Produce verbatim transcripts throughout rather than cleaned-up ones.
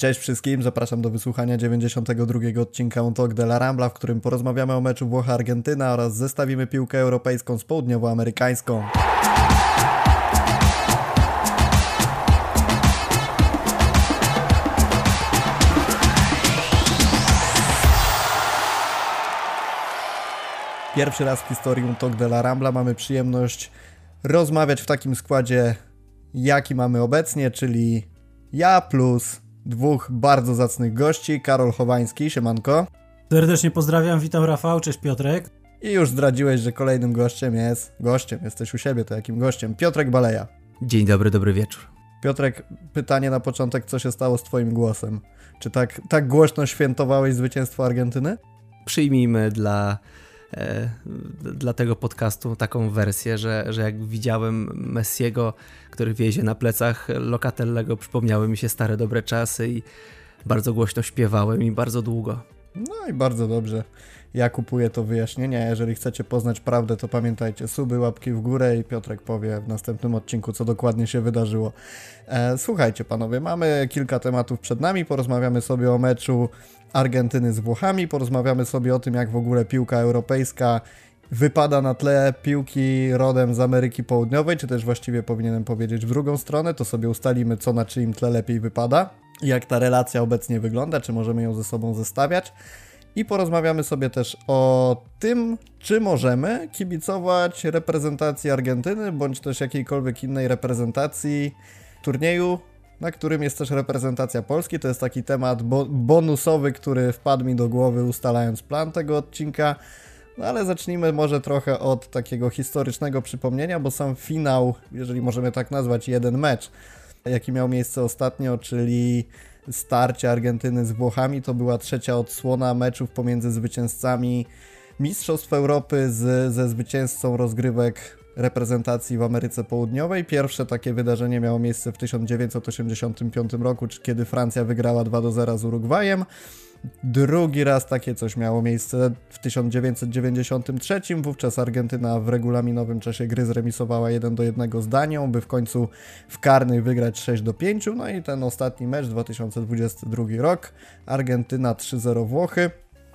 Cześć wszystkim, zapraszam do wysłuchania dziewięćdziesiątego drugiego odcinka Un Talk de la Rambla, w którym porozmawiamy o meczu Włochy-Argentyna oraz zestawimy piłkę europejską z południowoamerykańską. Pierwszy raz w historii Un Talk de la Rambla mamy przyjemność rozmawiać w takim składzie, jaki mamy obecnie, czyli ja plus dwóch bardzo zacnych gości. Karol Chowański, siemanko. Serdecznie pozdrawiam, witam Rafał, cześć Piotrek. I już zdradziłeś, że kolejnym gościem jest, gościem, jesteś u siebie, to jakim gościem? Piotrek Baleja. Dzień dobry, dobry wieczór. Piotrek, pytanie na początek, co się stało z twoim głosem? Czy tak, tak głośno świętowałeś zwycięstwo Argentyny? Przyjmijmy dla, e, dla tego podcastu taką wersję, że, że jak widziałem Messiego, który wiezie na plecach Locatellego, przypomniały mi się stare dobre czasy i bardzo głośno śpiewałem i bardzo długo. No i bardzo dobrze. Ja kupuję to wyjaśnienie. Jeżeli chcecie poznać prawdę, to pamiętajcie, suby, łapki w górę i Piotrek powie w następnym odcinku, co dokładnie się wydarzyło. E, słuchajcie panowie, mamy kilka tematów przed nami. Porozmawiamy sobie o meczu Argentyny z Włochami, porozmawiamy sobie o tym, jak w ogóle piłka europejska wypada na tle piłki rodem z Ameryki Południowej, czy też właściwie powinienem powiedzieć w drugą stronę, to sobie ustalimy, co na czyim tle lepiej wypada, jak ta relacja obecnie wygląda, czy możemy ją ze sobą zestawiać. I porozmawiamy sobie też o tym, czy możemy kibicować reprezentacji Argentyny, bądź też jakiejkolwiek innej reprezentacji turnieju, na którym jest też reprezentacja Polski. To jest taki temat bo- bonusowy, który wpadł mi do głowy ustalając plan tego odcinka. No ale zacznijmy może trochę od takiego historycznego przypomnienia, bo sam finał, jeżeli możemy tak nazwać, jeden mecz, jaki miał miejsce ostatnio, czyli starcie Argentyny z Włochami, to była trzecia odsłona meczów pomiędzy zwycięzcami Mistrzostw Europy z, ze zwycięzcą rozgrywek reprezentacji w Ameryce Południowej. Pierwsze takie wydarzenie miało miejsce w tysiąc dziewięćset osiemdziesiątym piątym roku, kiedy Francja wygrała dwa do zera z Urugwajem. Drugi raz takie coś miało miejsce w tysiąc dziewięćset dziewięćdziesiątym trzecim. Wówczas Argentyna w regulaminowym czasie gry zremisowała jeden do jednego z Danią, by w końcu w karnych wygrać sześć do pięciu. No i ten ostatni mecz, dwa tysiące dwudziesty drugi rok, Argentyna trzy zero Włochy.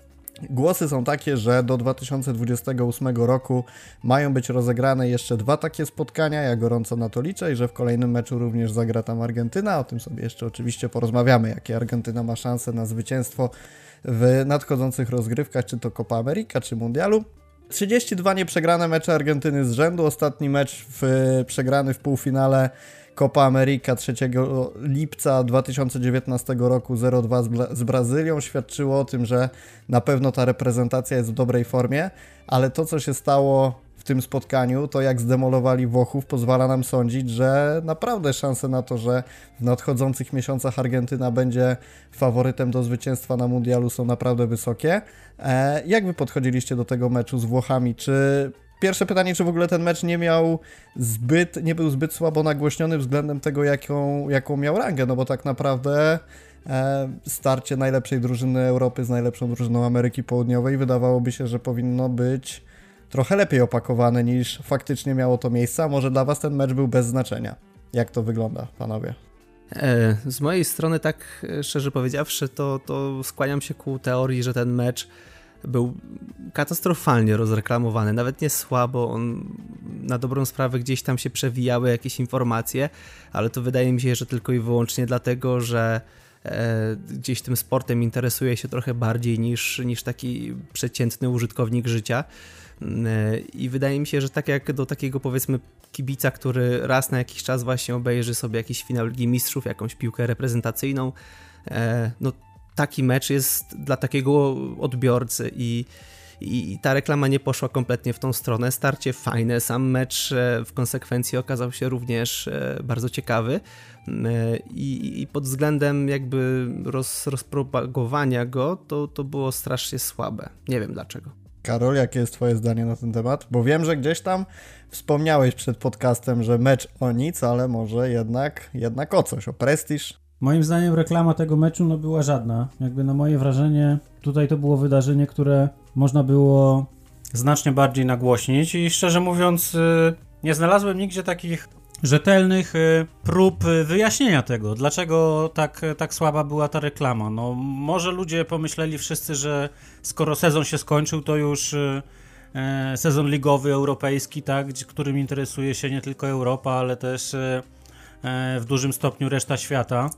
Głosy są takie, że do dwa tysiące dwudziestego ósmego roku mają być rozegrane jeszcze dwa takie spotkania. Ja gorąco na to liczę i że w kolejnym meczu również zagra tam Argentyna. O tym sobie jeszcze oczywiście porozmawiamy, jakie Argentyna ma szanse na zwycięstwo w nadchodzących rozgrywkach, czy to Copa America, czy Mundialu. trzydzieści dwa nieprzegrane mecze Argentyny z rzędu. Ostatni mecz w, przegrany w półfinale Copa America trzeciego lipca dwa tysiące dziewiętnastego roku zero dwa z, Bra- z Brazylią świadczyło o tym, że na pewno ta reprezentacja jest w dobrej formie, ale to, co się stało w tym spotkaniu, to jak zdemolowali Włochów, pozwala nam sądzić, że naprawdę szanse na to, że w nadchodzących miesiącach Argentyna będzie faworytem do zwycięstwa na mundialu, są naprawdę wysokie. E, jak wy podchodziliście do tego meczu z Włochami? Czy Pierwsze pytanie, czy w ogóle ten mecz nie miał zbyt, nie był zbyt słabo nagłośniony względem tego, jaką, jaką miał rangę, no bo tak naprawdę e, starcie najlepszej drużyny Europy z najlepszą drużyną Ameryki Południowej wydawałoby się, że powinno być trochę lepiej opakowane niż faktycznie miało to miejsce, a może dla was ten mecz był bez znaczenia. Jak to wygląda, panowie? E, z mojej strony, tak szczerze powiedziawszy, to, to skłaniam się ku teorii, że ten mecz był katastrofalnie rozreklamowany, nawet nie słabo, on na dobrą sprawę gdzieś tam się przewijały jakieś informacje, ale to wydaje mi się, że tylko i wyłącznie dlatego, że e, gdzieś tym sportem interesuje się trochę bardziej niż, niż taki przeciętny użytkownik życia. E, I wydaje mi się, że tak jak do takiego, powiedzmy, kibica, który raz na jakiś czas właśnie obejrzy sobie jakiś finał Ligi Mistrzów, jakąś piłkę reprezentacyjną, e, no taki mecz jest dla takiego odbiorcy i, i ta reklama nie poszła kompletnie w tą stronę. Starcie fajne, sam mecz w konsekwencji okazał się również bardzo ciekawy i, i pod względem jakby roz, rozpropagowania go to, to było strasznie słabe. Nie wiem dlaczego. Karol, jakie jest twoje zdanie na ten temat? Bo wiem, że gdzieś tam wspomniałeś przed podcastem, że mecz o nic, ale może jednak, jednak o coś, o prestiż. Moim zdaniem reklama tego meczu no była żadna. Jakby na moje wrażenie tutaj to było wydarzenie, które można było znacznie bardziej nagłośnić i szczerze mówiąc nie znalazłem nigdzie takich rzetelnych y, prób y, wyjaśnienia tego, dlaczego tak, tak słaba była ta reklama. No, może ludzie pomyśleli wszyscy, że skoro sezon się skończył, to już y, y, sezon ligowy, europejski, tak, gdzie- którym interesuje się nie tylko Europa, ale też y, y, w dużym stopniu reszta świata.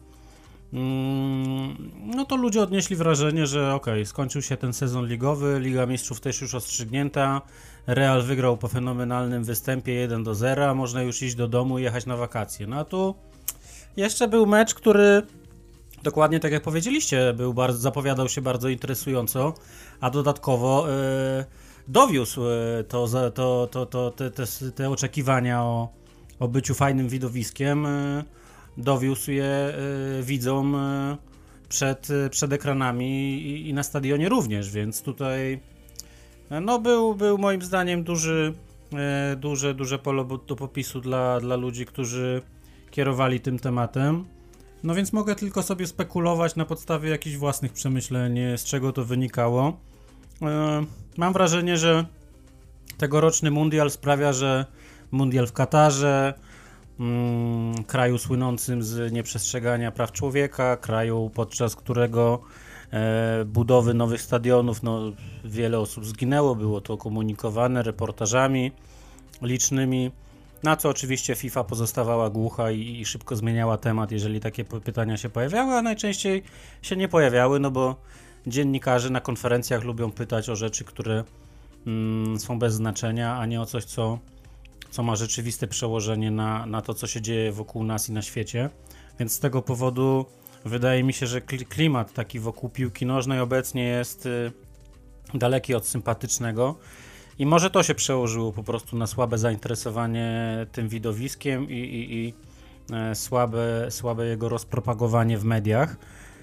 Mm, No to ludzie odnieśli wrażenie, że okej, skończył się ten sezon ligowy, Liga Mistrzów też już rozstrzygnięta, Real wygrał po fenomenalnym występie jeden do zera, można już iść do domu i jechać na wakacje. No a tu jeszcze był mecz, który dokładnie tak jak powiedzieliście, był bardzo, zapowiadał się bardzo interesująco, a dodatkowo y, dowiózł y, to, za- to, to, to, te, te, te oczekiwania o, o byciu fajnym widowiskiem, y, dowiózł je y, widzom y, przed, y, przed ekranami i, i na stadionie również, więc tutaj y, no był, był moim zdaniem duży, y, duże, duże pole do popisu dla, dla ludzi, którzy kierowali tym tematem. No więc mogę tylko sobie spekulować na podstawie jakichś własnych przemyśleń, z czego to wynikało. E, Mam wrażenie, że tegoroczny mundial sprawia, że mundial w Katarze, mm, kraju słynącym z nieprzestrzegania praw człowieka, kraju podczas którego e, budowy nowych stadionów, no wiele osób zginęło, było to komunikowane reportażami licznymi, na co oczywiście FIFA pozostawała głucha i, i szybko zmieniała temat, jeżeli takie po- pytania się pojawiały, a najczęściej się nie pojawiały, no bo dziennikarze na konferencjach lubią pytać o rzeczy, które mm, są bez znaczenia, a nie o coś, co, co ma rzeczywiste przełożenie na, na to, co się dzieje wokół nas i na świecie. Więc z tego powodu wydaje mi się, że kli- klimat taki wokół piłki nożnej obecnie jest y, daleki od sympatycznego. I może to się przełożyło po prostu na słabe zainteresowanie tym widowiskiem i, i, i e, słabe, słabe jego rozpropagowanie w mediach.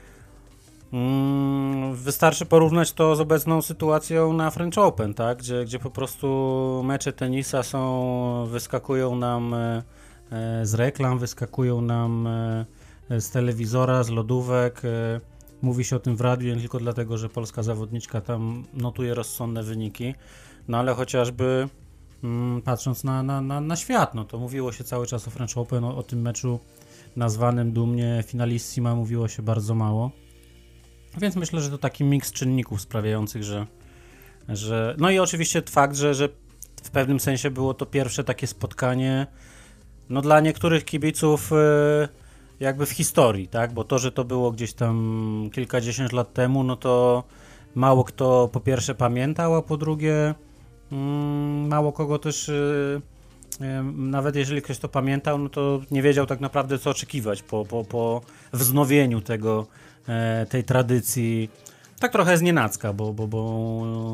Mm, wystarczy porównać to z obecną sytuacją na French Open, tak? gdzie, gdzie po prostu mecze tenisa są, wyskakują nam e, e, z reklam, wyskakują nam e, z telewizora, z lodówek. E, mówi się o tym w radiu nie tylko dlatego, że polska zawodniczka tam notuje rozsądne wyniki. No ale chociażby mm, patrząc na, na, na, na świat, no to mówiło się cały czas o French Open, o, o tym meczu nazwanym dumnie Finalissima mówiło się bardzo mało. Więc myślę, że to taki miks czynników sprawiających, że, że... No i oczywiście fakt, że, że w pewnym sensie było to pierwsze takie spotkanie no dla niektórych kibiców e, jakby w historii, tak? Bo to, że to było gdzieś tam kilkadziesiąt lat temu, no to mało kto po pierwsze pamiętał, a po drugie mm, mało kogo też, yy, yy, nawet jeżeli ktoś to pamiętał, no to nie wiedział tak naprawdę co oczekiwać po, po, po wznowieniu tego, e, tej tradycji. Tak trochę znienacka, bo, bo, bo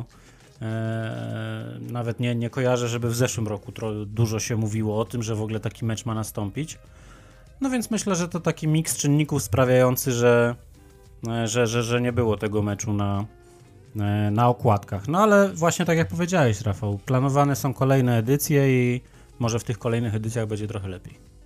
e, nawet nie, nie kojarzę, żeby w zeszłym roku tro, dużo się mówiło o tym, że w ogóle taki mecz ma nastąpić. No więc myślę, że to taki miks czynników sprawiający, że, że, że, że nie było tego meczu na, na okładkach. No ale właśnie tak jak powiedziałeś, Rafał, planowane są kolejne edycje i może w tych kolejnych edycjach będzie trochę lepiej.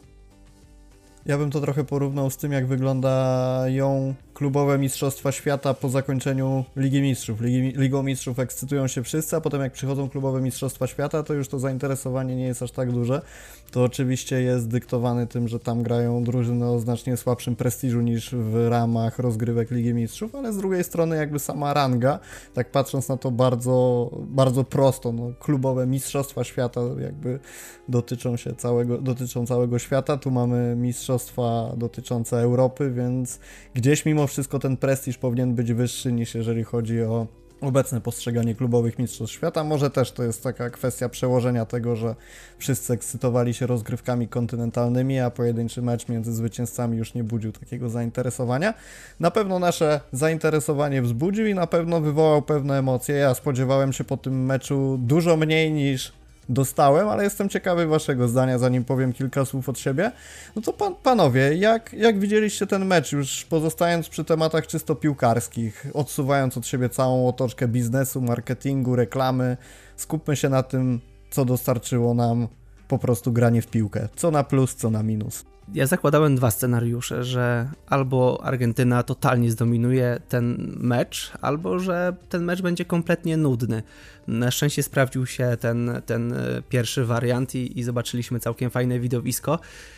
Ja bym to trochę porównał z tym, jak wyglądają klubowe mistrzostwa świata po zakończeniu Ligi Mistrzów. Ligi, Ligą Mistrzów ekscytują się wszyscy, a potem jak przychodzą klubowe mistrzostwa świata, to już to zainteresowanie nie jest aż tak duże. To oczywiście jest dyktowane tym, że tam grają drużyny o znacznie słabszym prestiżu niż w ramach rozgrywek Ligi Mistrzów, ale z drugiej strony jakby sama ranga, tak patrząc na to bardzo, bardzo prosto, no, klubowe mistrzostwa świata jakby dotyczą się całego, dotyczą całego świata. Tu mamy mistrzostwa dotyczące Europy, więc gdzieś mimo wszystko ten prestiż powinien być wyższy niż jeżeli chodzi o obecne postrzeganie klubowych mistrzostw świata. Może też to jest taka kwestia przełożenia tego, że wszyscy ekscytowali się rozgrywkami kontynentalnymi, a pojedynczy mecz między zwycięzcami już nie budził takiego zainteresowania. Na pewno nasze zainteresowanie wzbudził i na pewno wywołał pewne emocje. Ja spodziewałem się po tym meczu dużo mniej niż dostałem, ale jestem ciekawy waszego zdania, zanim powiem kilka słów od siebie. No to pan, panowie, jak, jak widzieliście ten mecz, już pozostając przy tematach czysto piłkarskich, odsuwając od siebie całą otoczkę biznesu, marketingu, reklamy, skupmy się na tym, co dostarczyło nam po prostu granie w piłkę. Co na plus, co na minus. Ja zakładałem dwa scenariusze, że albo Argentyna totalnie zdominuje ten mecz, albo że ten mecz będzie kompletnie nudny. Na szczęście sprawdził się ten, ten pierwszy wariant i, i zobaczyliśmy całkiem fajne widowisko.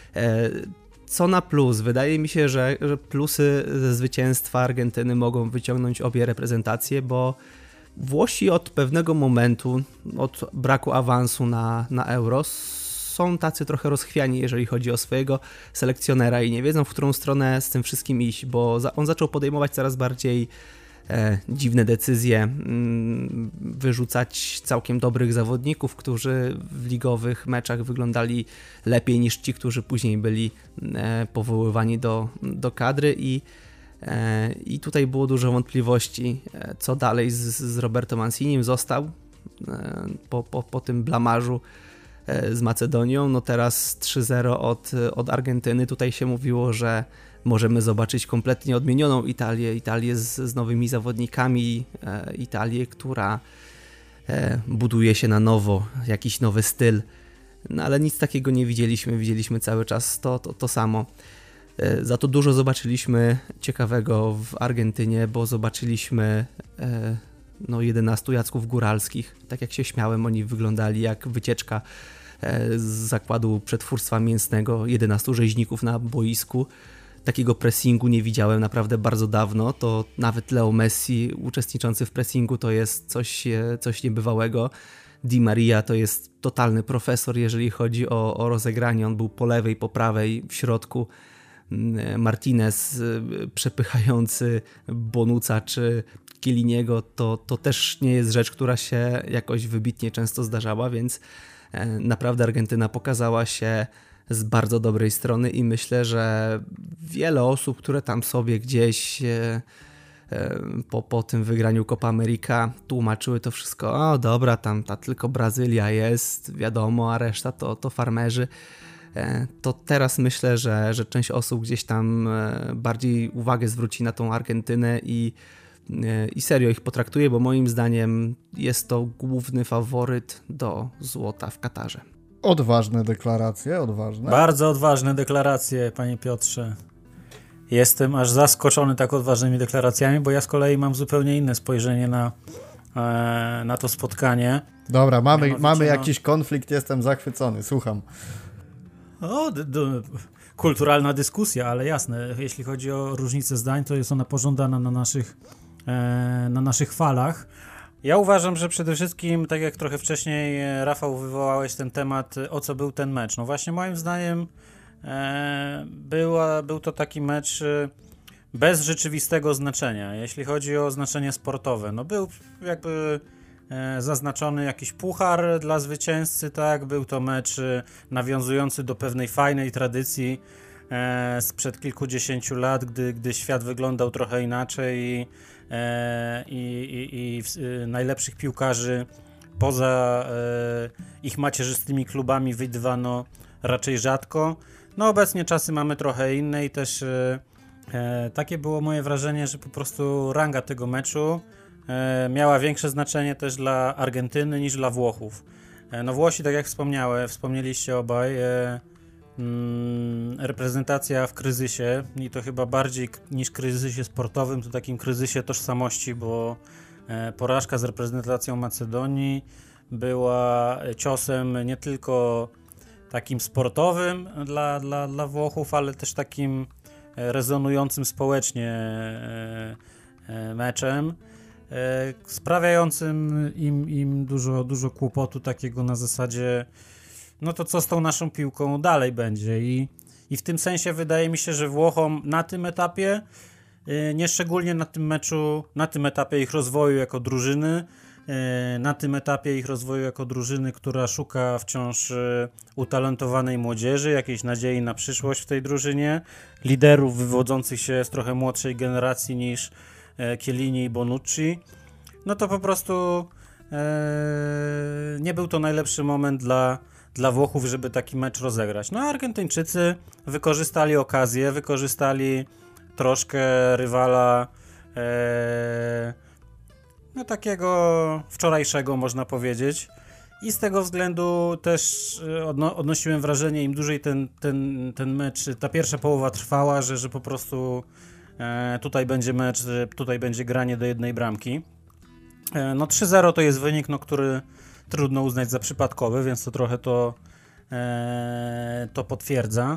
Co na plus? Wydaje mi się, że, że plusy ze zwycięstwa Argentyny mogą wyciągnąć obie reprezentacje, bo Włosi od pewnego momentu, od braku awansu na, na Euro, są tacy trochę rozchwiani, jeżeli chodzi o swojego selekcjonera i nie wiedzą, w którą stronę z tym wszystkim iść, bo za, on zaczął podejmować coraz bardziej e, dziwne decyzje, mm, wyrzucać całkiem dobrych zawodników, którzy w ligowych meczach wyglądali lepiej niż ci, którzy później byli e, powoływani do, do kadry i e, i tutaj było dużo wątpliwości, e, co dalej z, z Roberto Mancinim. Został e, po, po, po tym blamarzu z Macedonią, no teraz trzy zero od, od Argentyny. Tutaj się mówiło, że możemy zobaczyć kompletnie odmienioną Italię, Italię z, z nowymi zawodnikami, e, Italię, która e, buduje się na nowo, jakiś nowy styl, no ale nic takiego nie widzieliśmy, widzieliśmy cały czas to, to, to samo. E, za to dużo zobaczyliśmy ciekawego w Argentynie, bo zobaczyliśmy e, no jedenastu Jacków Góralskich. Tak jak się śmiałem, oni wyglądali jak wycieczka z zakładu przetwórstwa mięsnego, jedenastu rzeźników na boisku. Takiego pressingu nie widziałem naprawdę bardzo dawno. To nawet Leo Messi uczestniczący w pressingu to jest coś, coś niebywałego. Di Maria to jest totalny profesor, jeżeli chodzi o, o rozegranie. On był po lewej, po prawej, w środku. Martinez przepychający Bonucza czy Chielliniego, to, to też nie jest rzecz, która się jakoś wybitnie często zdarzała, więc naprawdę Argentyna pokazała się z bardzo dobrej strony i myślę, że wiele osób, które tam sobie gdzieś po, po tym wygraniu Copa America tłumaczyły to wszystko, o dobra, tam ta tylko Brazylia jest, wiadomo, a reszta to, to farmerzy, to teraz myślę, że, że część osób gdzieś tam bardziej uwagę zwróci na tą Argentynę i i serio ich potraktuje, bo moim zdaniem jest to główny faworyt do złota w Katarze. Odważne deklaracje, odważne. Bardzo odważne deklaracje, panie Piotrze. Jestem aż zaskoczony tak odważnymi deklaracjami, bo ja z kolei mam zupełnie inne spojrzenie na, e, na to spotkanie. Dobra, mamy, Mianowicie, mamy no... jakiś konflikt, jestem zachwycony, słucham. O, d- d- kulturalna dyskusja, ale jasne, jeśli chodzi o różnicę zdań, to jest ona pożądana na naszych na naszych falach. Ja uważam, że przede wszystkim, tak jak trochę wcześniej Rafał wywołałeś ten temat, o co był ten mecz. No właśnie moim zdaniem e, była, był to taki mecz bez rzeczywistego znaczenia, jeśli chodzi o znaczenie sportowe. No był jakby e, zaznaczony jakiś puchar dla zwycięzcy, tak? Był to mecz nawiązujący do pewnej fajnej tradycji e, sprzed kilkudziesięciu lat, gdy, gdy świat wyglądał trochę inaczej i I, i, i najlepszych piłkarzy poza e, ich macierzystymi klubami widywano raczej rzadko. No obecnie czasy mamy trochę inne i też e, e, takie było moje wrażenie, że po prostu ranga tego meczu e, miała większe znaczenie też dla Argentyny niż dla Włochów. E, no Włosi, tak jak wspomniałem, wspomnieliście obaj, e, reprezentacja w kryzysie i to chyba bardziej niż kryzysie sportowym, to takim kryzysie tożsamości, bo porażka z reprezentacją Macedonii była ciosem nie tylko takim sportowym dla, dla, dla Włochów, ale też takim rezonującym społecznie meczem, sprawiającym im, im dużo, dużo kłopotu takiego na zasadzie no to co z tą naszą piłką dalej będzie i, i w tym sensie wydaje mi się, że Włochom na tym etapie, yy, nie szczególnie na tym meczu, na tym etapie ich rozwoju jako drużyny, yy, na tym etapie ich rozwoju jako drużyny, która szuka wciąż yy, utalentowanej młodzieży, jakiejś nadziei na przyszłość w tej drużynie, liderów wywodzących się z trochę młodszej generacji niż yy, Chiellini i Bonucci, no to po prostu yy, nie był to najlepszy moment dla dla Włochów, żeby taki mecz rozegrać. No a Argentyńczycy wykorzystali okazję, wykorzystali troszkę rywala e, no takiego wczorajszego, można powiedzieć, I z tego względu też odno- odnosiłem wrażenie, im dłużej ten, ten, ten mecz, ta pierwsza połowa trwała, że, że po prostu e, tutaj będzie mecz, tutaj będzie granie do jednej bramki. E, no trzy zero to jest wynik, no, który trudno uznać za przypadkowy, więc to trochę to, e, to potwierdza.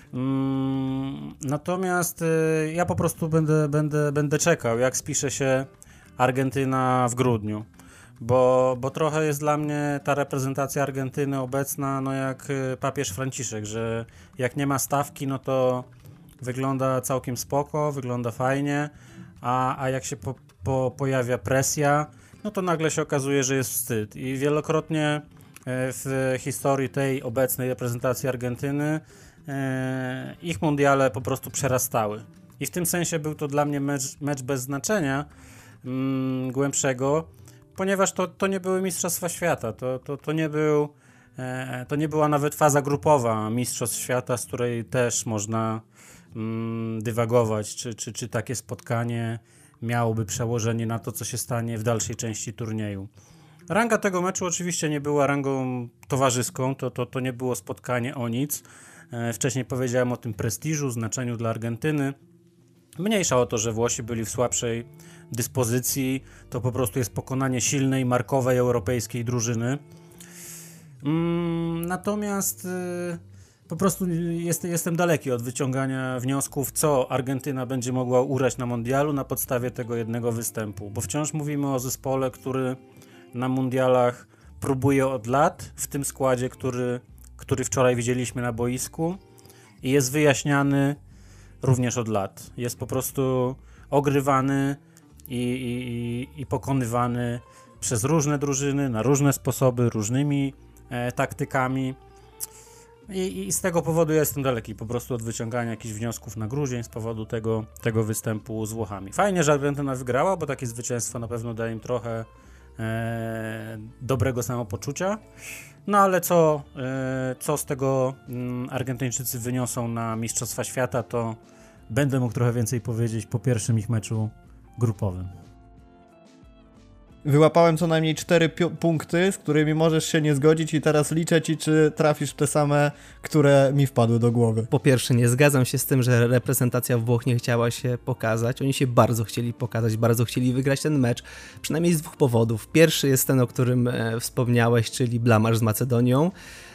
Mm, natomiast e, ja po prostu będę, będę, będę czekał, jak spisze się Argentyna w grudniu. Bo, bo trochę jest dla mnie ta reprezentacja Argentyny obecna no jak papież Franciszek, że jak nie ma stawki, no to wygląda całkiem spoko, wygląda fajnie, a, a jak się po, po, pojawia presja, no to nagle się okazuje, że jest wstyd. I wielokrotnie w historii tej obecnej reprezentacji Argentyny e, ich mundiale po prostu przerastały. I w tym sensie był to dla mnie mecz, mecz bez znaczenia mm, głębszego, ponieważ to, to nie były Mistrzostwa Świata, to, to, to, nie był, e, to nie była nawet faza grupowa Mistrzostw Świata, z której też można mm, dywagować, czy, czy, czy takie spotkanie miałoby przełożenie na to, co się stanie w dalszej części turnieju. Ranga tego meczu oczywiście nie była rangą towarzyską, to, to, to nie było spotkanie o nic. E, wcześniej powiedziałem o tym prestiżu, znaczeniu dla Argentyny. Mniejsza o to, że Włosi byli w słabszej dyspozycji, to po prostu jest pokonanie silnej, markowej, europejskiej drużyny. Mm, natomiast y, po prostu jest, jestem daleki od wyciągania wniosków, co Argentyna będzie mogła ugrać na mundialu na podstawie tego jednego występu, bo wciąż mówimy o zespole, który na mundialach próbuje od lat, w tym składzie, który, który wczoraj widzieliśmy na boisku i jest wyjaśniany również od lat. Jest po prostu ogrywany i, i, i pokonywany przez różne drużyny, na różne sposoby, różnymi e, taktykami. I, I z tego powodu ja jestem daleki po prostu od wyciągania jakichś wniosków na grudzień z powodu tego, tego występu z Włochami. Fajnie, że Argentyna wygrała, bo takie zwycięstwo na pewno daje im trochę e, dobrego samopoczucia. No ale co, e, co z tego m, Argentyńczycy wyniosą na Mistrzostwa Świata, to będę mógł trochę więcej powiedzieć po pierwszym ich meczu grupowym. Wyłapałem co najmniej cztery pi- punkty, z którymi możesz się nie zgodzić i teraz liczę ci, czy trafisz w te same, które mi wpadły do głowy. Po pierwsze, nie zgadzam się z tym, że reprezentacja Włoch nie chciała się pokazać. Oni się bardzo chcieli pokazać, bardzo chcieli wygrać ten mecz, przynajmniej z dwóch powodów. Pierwszy jest ten, o którym e, wspomniałeś, czyli blamaż z Macedonią.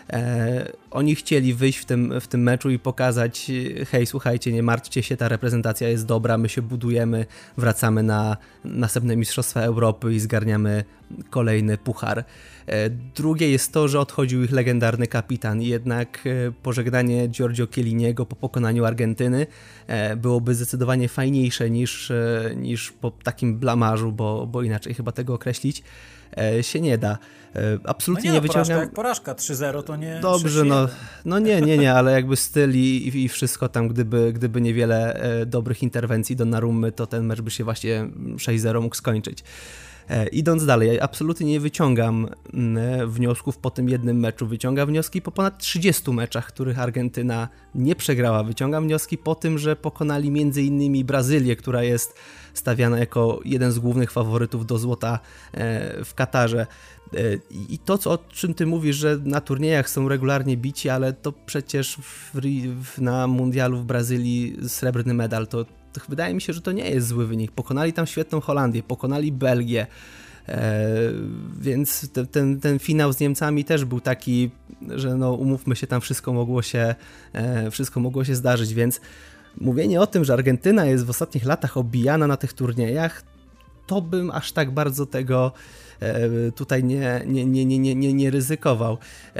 E, oni chcieli wyjść w tym, w tym meczu i pokazać, hej, słuchajcie, nie martwcie się, ta reprezentacja jest dobra, my się budujemy, wracamy na następne Mistrzostwa Europy i zgarniamy kolejny puchar. E, drugie jest to, że odchodził ich legendarny kapitan i jednak e, pożegnanie Giorgio Chielliniego po pokonaniu Argentyny e, byłoby zdecydowanie fajniejsze niż, e, niż po takim blamażu, bo, bo inaczej chyba tego określić e, się nie da. Absolutnie no nie, nie wyciągam... Porażka jak porażka, trzy zero to nie... Dobrze, no, no nie, nie, nie, ale jakby styl i, i wszystko tam, gdyby, gdyby niewiele e, dobrych interwencji Donnarummy, to ten mecz by się właśnie sześć zero mógł skończyć. E, idąc dalej, ja absolutnie nie wyciągam m, wniosków po tym jednym meczu, wyciągam wnioski po ponad trzydziestu meczach, których Argentyna nie przegrała. Wyciągam wnioski po tym, że pokonali między innymi Brazylię, która jest stawiana jako jeden z głównych faworytów do złota e, w Katarze. I to, co, o czym ty mówisz, że na turniejach są regularnie bici, ale to przecież w, w, na mundialu w Brazylii srebrny medal, to, to wydaje mi się, że to nie jest zły wynik. Pokonali tam świetną Holandię, pokonali Belgię, e, więc te, ten, ten finał z Niemcami też był taki, że no umówmy się, tam wszystko mogło się, e, wszystko mogło się zdarzyć, więc mówienie o tym, że Argentyna jest w ostatnich latach obijana na tych turniejach, to bym aż tak bardzo tego tutaj nie, nie, nie, nie, nie, nie ryzykował.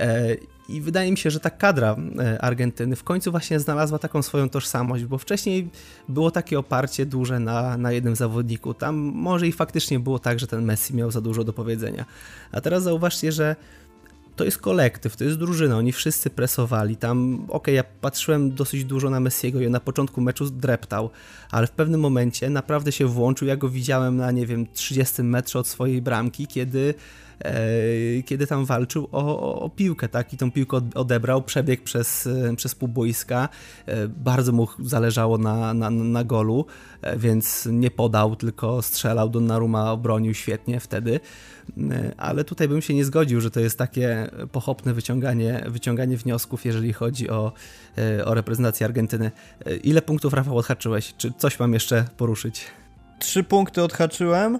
I wydaje mi się, że ta kadra Argentyny w końcu właśnie znalazła taką swoją tożsamość, bo wcześniej było takie oparcie duże na, na jednym zawodniku. Tam może i faktycznie było tak, że ten Messi miał za dużo do powiedzenia. A teraz zauważcie, że to jest kolektyw, to jest drużyna, oni wszyscy presowali, tam okej, okay, ja patrzyłem dosyć dużo na Messiego i on na początku meczu dreptał, ale w pewnym momencie naprawdę się włączył, ja go widziałem na, nie wiem, trzydziestym metrze od swojej bramki, kiedy kiedy tam walczył o, o, o piłkę, tak? I tą piłkę odebrał, przebiegł przez, przez pół boiska, bardzo mu zależało na, na, na golu, więc nie podał, tylko strzelał, Donnarumma obronił świetnie wtedy, ale tutaj bym się nie zgodził, że to jest takie pochopne wyciąganie, wyciąganie wniosków, jeżeli chodzi o, o reprezentację Argentyny. Ile punktów, Rafał, odhaczyłeś? Czy coś mam jeszcze poruszyć? Trzy punkty odhaczyłem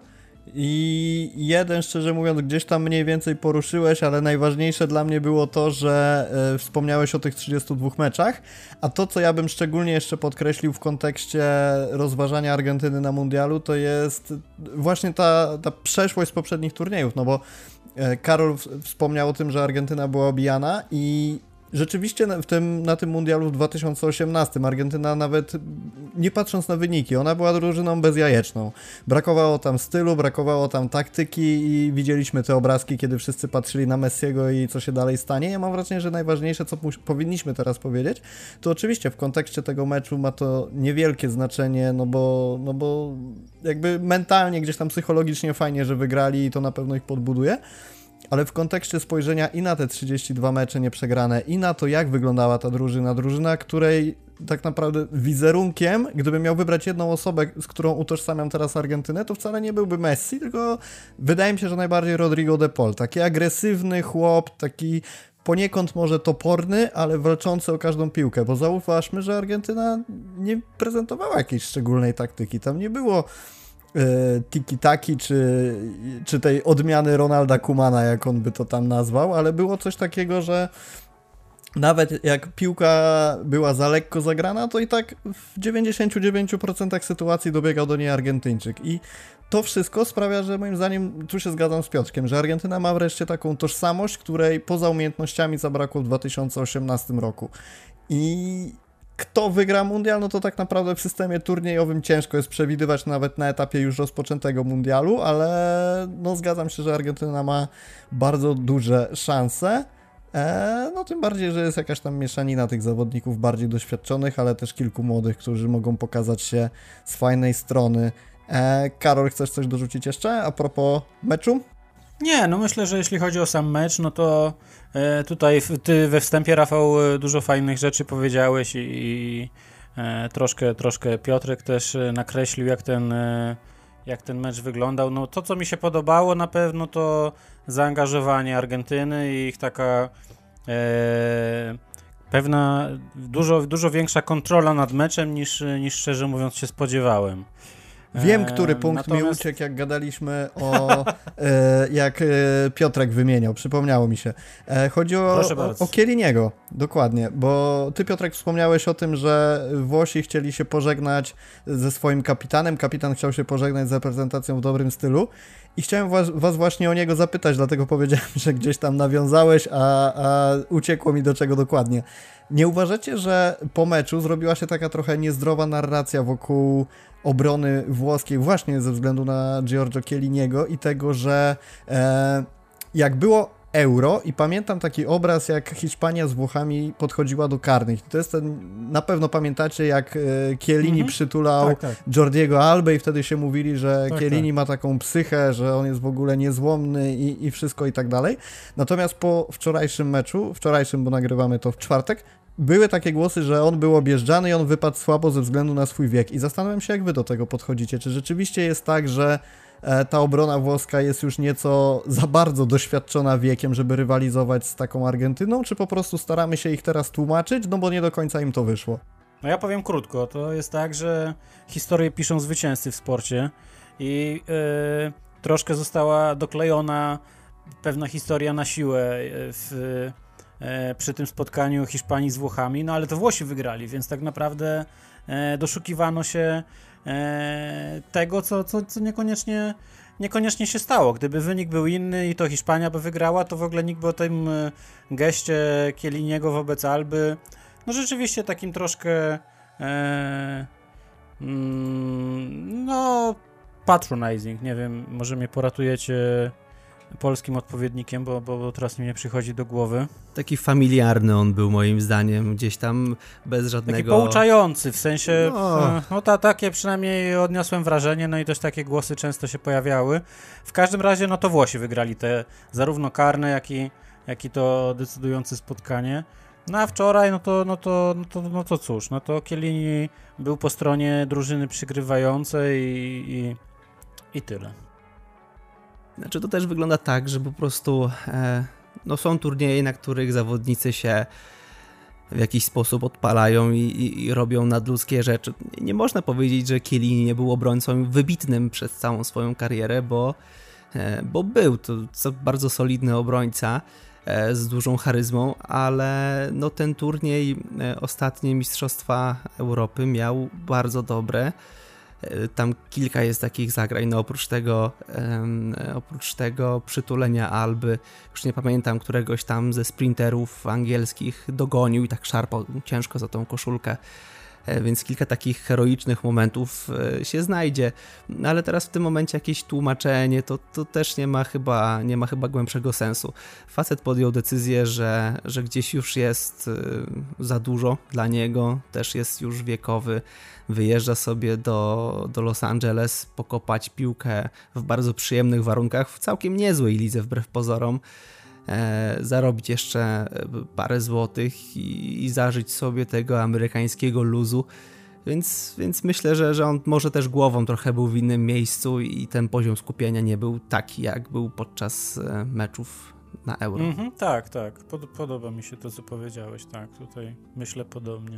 i jeden, szczerze mówiąc, gdzieś tam mniej więcej poruszyłeś, ale najważniejsze dla mnie było to, że y, wspomniałeś o tych trzydziestu dwóch meczach, a to, co ja bym szczególnie jeszcze podkreślił w kontekście rozważania Argentyny na mundialu, to jest właśnie ta, ta przeszłość z poprzednich turniejów, no bo y, Karol w, wspomniał o tym, że Argentyna była obijana i rzeczywiście w tym, na tym mundialu w dwa tysiące osiemnastym Argentyna, nawet nie patrząc na wyniki, ona była drużyną bezjajeczną. Brakowało tam stylu, brakowało tam taktyki i widzieliśmy te obrazki, kiedy wszyscy patrzyli na Messiego i co się dalej stanie. Ja mam wrażenie, że najważniejsze, co powinniśmy teraz powiedzieć, to oczywiście w kontekście tego meczu ma to niewielkie znaczenie, no bo, no bo jakby mentalnie, gdzieś tam psychologicznie fajnie, że wygrali i to na pewno ich podbuduje. Ale w kontekście spojrzenia i na te trzydzieści dwa mecze nieprzegrane, i na to, jak wyglądała ta drużyna, drużyna, której tak naprawdę wizerunkiem, gdybym miał wybrać jedną osobę, z którą utożsamiam teraz Argentynę, to wcale nie byłby Messi, tylko wydaje mi się, że najbardziej Rodrigo de Paul. Taki agresywny chłop, taki poniekąd może toporny, ale walczący o każdą piłkę, bo zauważmy, że Argentyna nie prezentowała jakiejś szczególnej taktyki. Tam nie było tiki-taki, czy, czy tej odmiany Ronalda Koemana, jak on by to tam nazwał, ale było coś takiego, że nawet jak piłka była za lekko zagrana, to i tak w dziewięćdziesięciu dziewięciu procentach sytuacji dobiegał do niej Argentyńczyk i to wszystko sprawia, że moim zdaniem, tu się zgadzam z Piotrkiem, że Argentyna ma wreszcie taką tożsamość, której poza umiejętnościami zabrakło w dwa tysiące osiemnastym roku i kto wygra mundial, no to tak naprawdę w systemie turniejowym ciężko jest przewidywać nawet na etapie już rozpoczętego mundialu, ale no zgadzam się, że Argentyna ma bardzo duże szanse. E, no tym bardziej, że jest jakaś tam mieszanina tych zawodników bardziej doświadczonych, ale też kilku młodych, którzy mogą pokazać się z fajnej strony. E, Karol, chcesz coś dorzucić jeszcze a propos meczu? Nie, no myślę, że jeśli chodzi o sam mecz, no to e, tutaj w, ty we wstępie, Rafał, dużo fajnych rzeczy powiedziałeś i, i e, troszkę, troszkę Piotrek też nakreślił, jak ten, e, jak ten mecz wyglądał. No to, co mi się podobało na pewno, to zaangażowanie Argentyny i ich taka e, pewna, dużo, dużo większa kontrola nad meczem niż, niż szczerze mówiąc się spodziewałem. Wiem, który punkt Natomiast... mi uciekł, jak gadaliśmy o... e, jak e, Piotrek wymieniał, przypomniało mi się. E, chodzi o, o, o Chielliniego, dokładnie, bo ty, Piotrek, wspomniałeś o tym, że Włosi chcieli się pożegnać ze swoim kapitanem, kapitan chciał się pożegnać z reprezentacją w dobrym stylu i chciałem was, was właśnie o niego zapytać, dlatego powiedziałem, że gdzieś tam nawiązałeś, a, a uciekło mi do czego dokładnie. Nie uważacie, że po meczu zrobiła się taka trochę niezdrowa narracja wokół obrony włoskiej właśnie ze względu na Giorgio Chielliniego i tego, że e, jak było Euro i pamiętam taki obraz, jak Hiszpania z Włochami podchodziła do karnych. To jest ten, na pewno pamiętacie, jak e, Chiellini mhm. przytulał tak, tak. Jordiego Albę i wtedy się mówili, że tak, Chiellini tak. ma taką psychę, że on jest w ogóle niezłomny i, i wszystko i tak dalej. Natomiast po wczorajszym meczu, wczorajszym, bo nagrywamy to w czwartek, były takie głosy, że on był objeżdżany i on wypadł słabo ze względu na swój wiek. I zastanawiam się, jak wy do tego podchodzicie. Czy rzeczywiście jest tak, że e, ta obrona włoska jest już nieco za bardzo doświadczona wiekiem, żeby rywalizować z taką Argentyną, czy po prostu staramy się ich teraz tłumaczyć, no bo nie do końca im to wyszło? No ja powiem krótko. To jest tak, że historię piszą zwycięzcy w sporcie i yy, troszkę została doklejona pewna historia na siłę w... przy tym spotkaniu Hiszpanii z Włochami, no ale to Włosi wygrali, więc tak naprawdę e, doszukiwano się e, tego, co, co, co niekoniecznie, niekoniecznie się stało. Gdyby wynik był inny i to Hiszpania by wygrała, to w ogóle nikt by o tym geście Chielliniego wobec Alby, no rzeczywiście takim troszkę e, mm, no patronizing, nie wiem, może mnie poratujecie polskim odpowiednikiem, bo, bo, bo teraz mi nie przychodzi do głowy. Taki familiarny on był moim zdaniem, gdzieś tam bez żadnego... Taki pouczający, w sensie, no, no ta, takie przynajmniej odniosłem wrażenie, no i też takie głosy często się pojawiały. W każdym razie, no to Włosi wygrali te zarówno karne, jak i, jak i to decydujące spotkanie. No a wczoraj, no to, no to, no to, no to cóż, no to Chiellini był po stronie drużyny przygrywającej i, i, i tyle. Znaczy to też wygląda tak, że po prostu e, no są turnieje, na których zawodnicy się w jakiś sposób odpalają i, i, i robią nadludzkie rzeczy. Nie można powiedzieć, że Chiellini nie był obrońcą wybitnym przez całą swoją karierę, bo, e, bo był to bardzo solidny obrońca e, z dużą charyzmą, ale no ten turniej, e, ostatnie Mistrzostwa Europy miał bardzo dobre. Tam kilka jest takich zagrań, no oprócz tego, um, oprócz tego przytulenia Alby, już nie pamiętam, któregoś tam ze sprinterów angielskich dogonił i tak szarpał ciężko za tą koszulkę, więc kilka takich heroicznych momentów się znajdzie, ale teraz w tym momencie jakieś tłumaczenie, to, to też nie ma chyba, nie ma chyba głębszego sensu. Facet podjął decyzję, że, że gdzieś już jest za dużo dla niego, też jest już wiekowy, wyjeżdża sobie do, do Los Angeles pokopać piłkę w bardzo przyjemnych warunkach, w całkiem niezłej lidze wbrew pozorom, e, zarobić jeszcze parę złotych i, i zażyć sobie tego amerykańskiego luzu, więc, więc myślę, że, że on może też głową trochę był w innym miejscu i ten poziom skupienia nie był taki, jak był podczas meczów na Euro. Mm-hmm, tak, tak, Pod, podoba mi się to, co powiedziałeś, tak, tutaj myślę podobnie.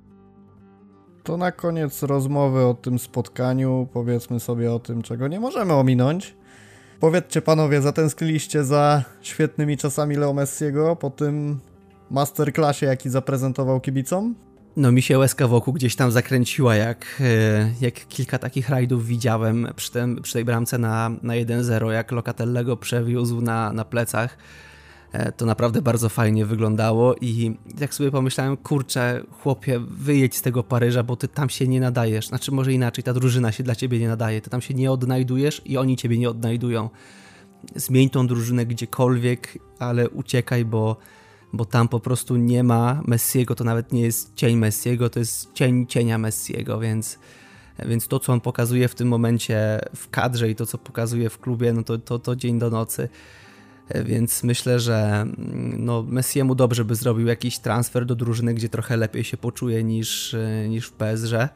To na koniec rozmowy o tym spotkaniu powiedzmy sobie o tym, czego nie możemy ominąć. Powiedzcie panowie, zatęskniliście za świetnymi czasami Leo Messiego po tym masterclassie, jaki zaprezentował kibicom? No mi się łezka wokół gdzieś tam zakręciła, jak, jak kilka takich rajdów widziałem przy, tym, przy tej bramce na, na jeden zero, jak Locatellego przewiózł na, na plecach. To naprawdę bardzo fajnie wyglądało i jak sobie pomyślałem, kurczę, chłopie, wyjedź z tego Paryża, bo ty tam się nie nadajesz. Znaczy może inaczej, ta drużyna się dla ciebie nie nadaje. Ty tam się nie odnajdujesz i oni ciebie nie odnajdują. Zmień tą drużynę gdziekolwiek, ale uciekaj, bo, bo tam po prostu nie ma Messiego. To nawet nie jest cień Messiego, to jest cień cienia Messiego, więc... Więc to, co on pokazuje w tym momencie w kadrze i to, co pokazuje w klubie, no to, to, to dzień do nocy. Więc myślę, że no Messiemu dobrze by zrobił jakiś transfer do drużyny, gdzie trochę lepiej się poczuje niż, niż w P S G,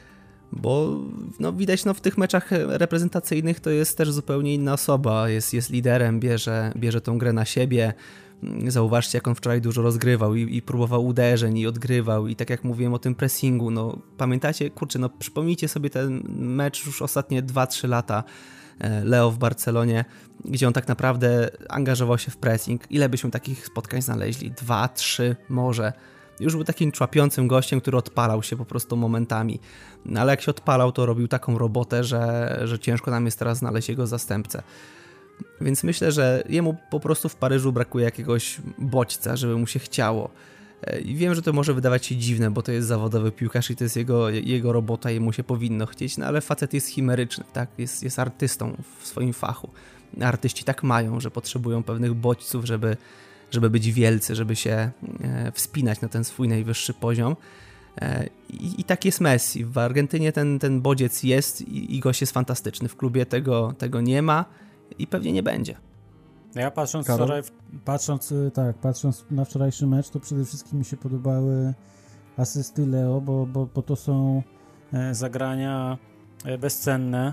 bo no widać no w tych meczach reprezentacyjnych to jest też zupełnie inna osoba, jest, jest liderem, bierze, bierze tą grę na siebie. Zauważcie, jak on wczoraj dużo rozgrywał i, i próbował uderzeń i odgrywał i tak jak mówiłem o tym pressingu, no pamiętacie, kurczę, no przypomnijcie sobie ten mecz już ostatnie dwa trzy lata Leo w Barcelonie, gdzie on tak naprawdę angażował się w pressing. Ile byśmy takich spotkań znaleźli? Dwa, trzy może. Już był takim człapiącym gościem, który odpalał się po prostu momentami. No, ale jak się odpalał, to robił taką robotę, że, że ciężko nam jest teraz znaleźć jego zastępcę. Więc myślę, że jemu po prostu w Paryżu brakuje jakiegoś bodźca, żeby mu się chciało. I wiem, że to może wydawać się dziwne, bo to jest zawodowy piłkarz i to jest jego, jego robota i mu się powinno chcieć, no ale facet jest chimeryczny, tak? Jest, jest artystą w swoim fachu. Artyści tak mają, że potrzebują pewnych bodźców, żeby, żeby być wielcy, żeby się e, wspinać na ten swój najwyższy poziom. E, i, I tak jest Messi. W Argentynie ten, ten bodziec jest i, i gość jest fantastyczny. W klubie tego, tego nie ma i pewnie nie będzie. Ja patrząc wczoraj, patrząc, tak, patrząc na wczorajszy mecz, to przede wszystkim mi się podobały asysty Leo, bo, bo, bo to są e, zagrania e, bezcenne.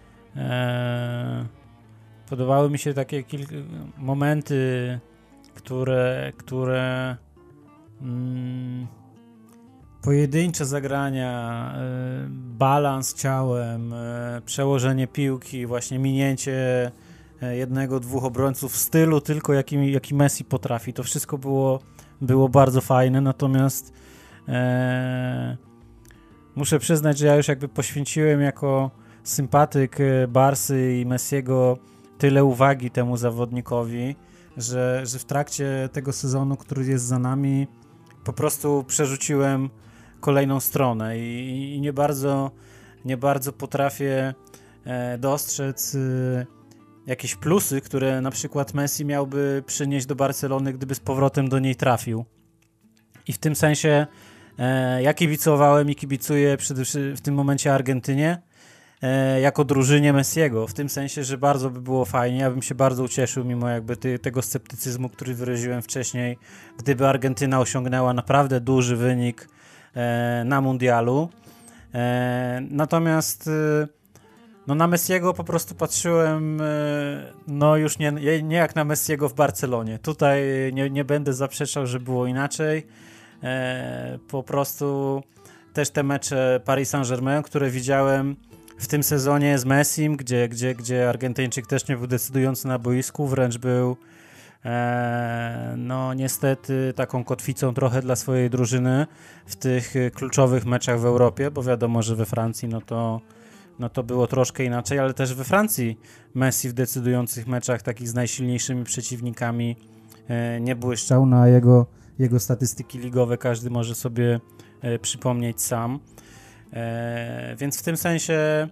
E, podobały mi się takie kilka momenty, które, które mm, pojedyncze zagrania, e, balans ciałem, e, przełożenie piłki, właśnie minięcie jednego, dwóch obrońców w stylu tylko jaki, jaki Messi potrafi. To wszystko było, było bardzo fajne, natomiast e, muszę przyznać, że ja już jakby poświęciłem jako sympatyk Barsy i Messiego tyle uwagi temu zawodnikowi, że, że w trakcie tego sezonu, który jest za nami, po prostu przerzuciłem kolejną stronę i, i nie bardzo nie bardzo potrafię e, dostrzec e, jakieś plusy, które na przykład Messi miałby przynieść do Barcelony, gdyby z powrotem do niej trafił. I w tym sensie e, ja kibicowałem i kibicuję przede wszystkim w tym momencie Argentynie e, jako drużynie Messiego, w tym sensie, że bardzo by było fajnie, ja bym się bardzo ucieszył mimo jakby ty, tego sceptycyzmu, który wyraziłem wcześniej, gdyby Argentyna osiągnęła naprawdę duży wynik e, na mundialu. E, natomiast e, no na Messiego po prostu patrzyłem e, no już nie, nie jak na Messiego w Barcelonie. Tutaj nie, nie będę zaprzeczał, że było inaczej. E, po prostu też te mecze Paris Saint-Germain, które widziałem w tym sezonie z Messim, gdzie, gdzie, gdzie Argentyńczyk też nie był decydujący na boisku, wręcz był e, no niestety taką kotwicą trochę dla swojej drużyny w tych kluczowych meczach w Europie, bo wiadomo, że we Francji no to, no to było troszkę inaczej, ale też we Francji Messi w decydujących meczach takich z najsilniejszymi przeciwnikami e, nie błyszczał, no a jego Jego statystyki ligowe każdy może sobie e, przypomnieć sam. E, więc w tym sensie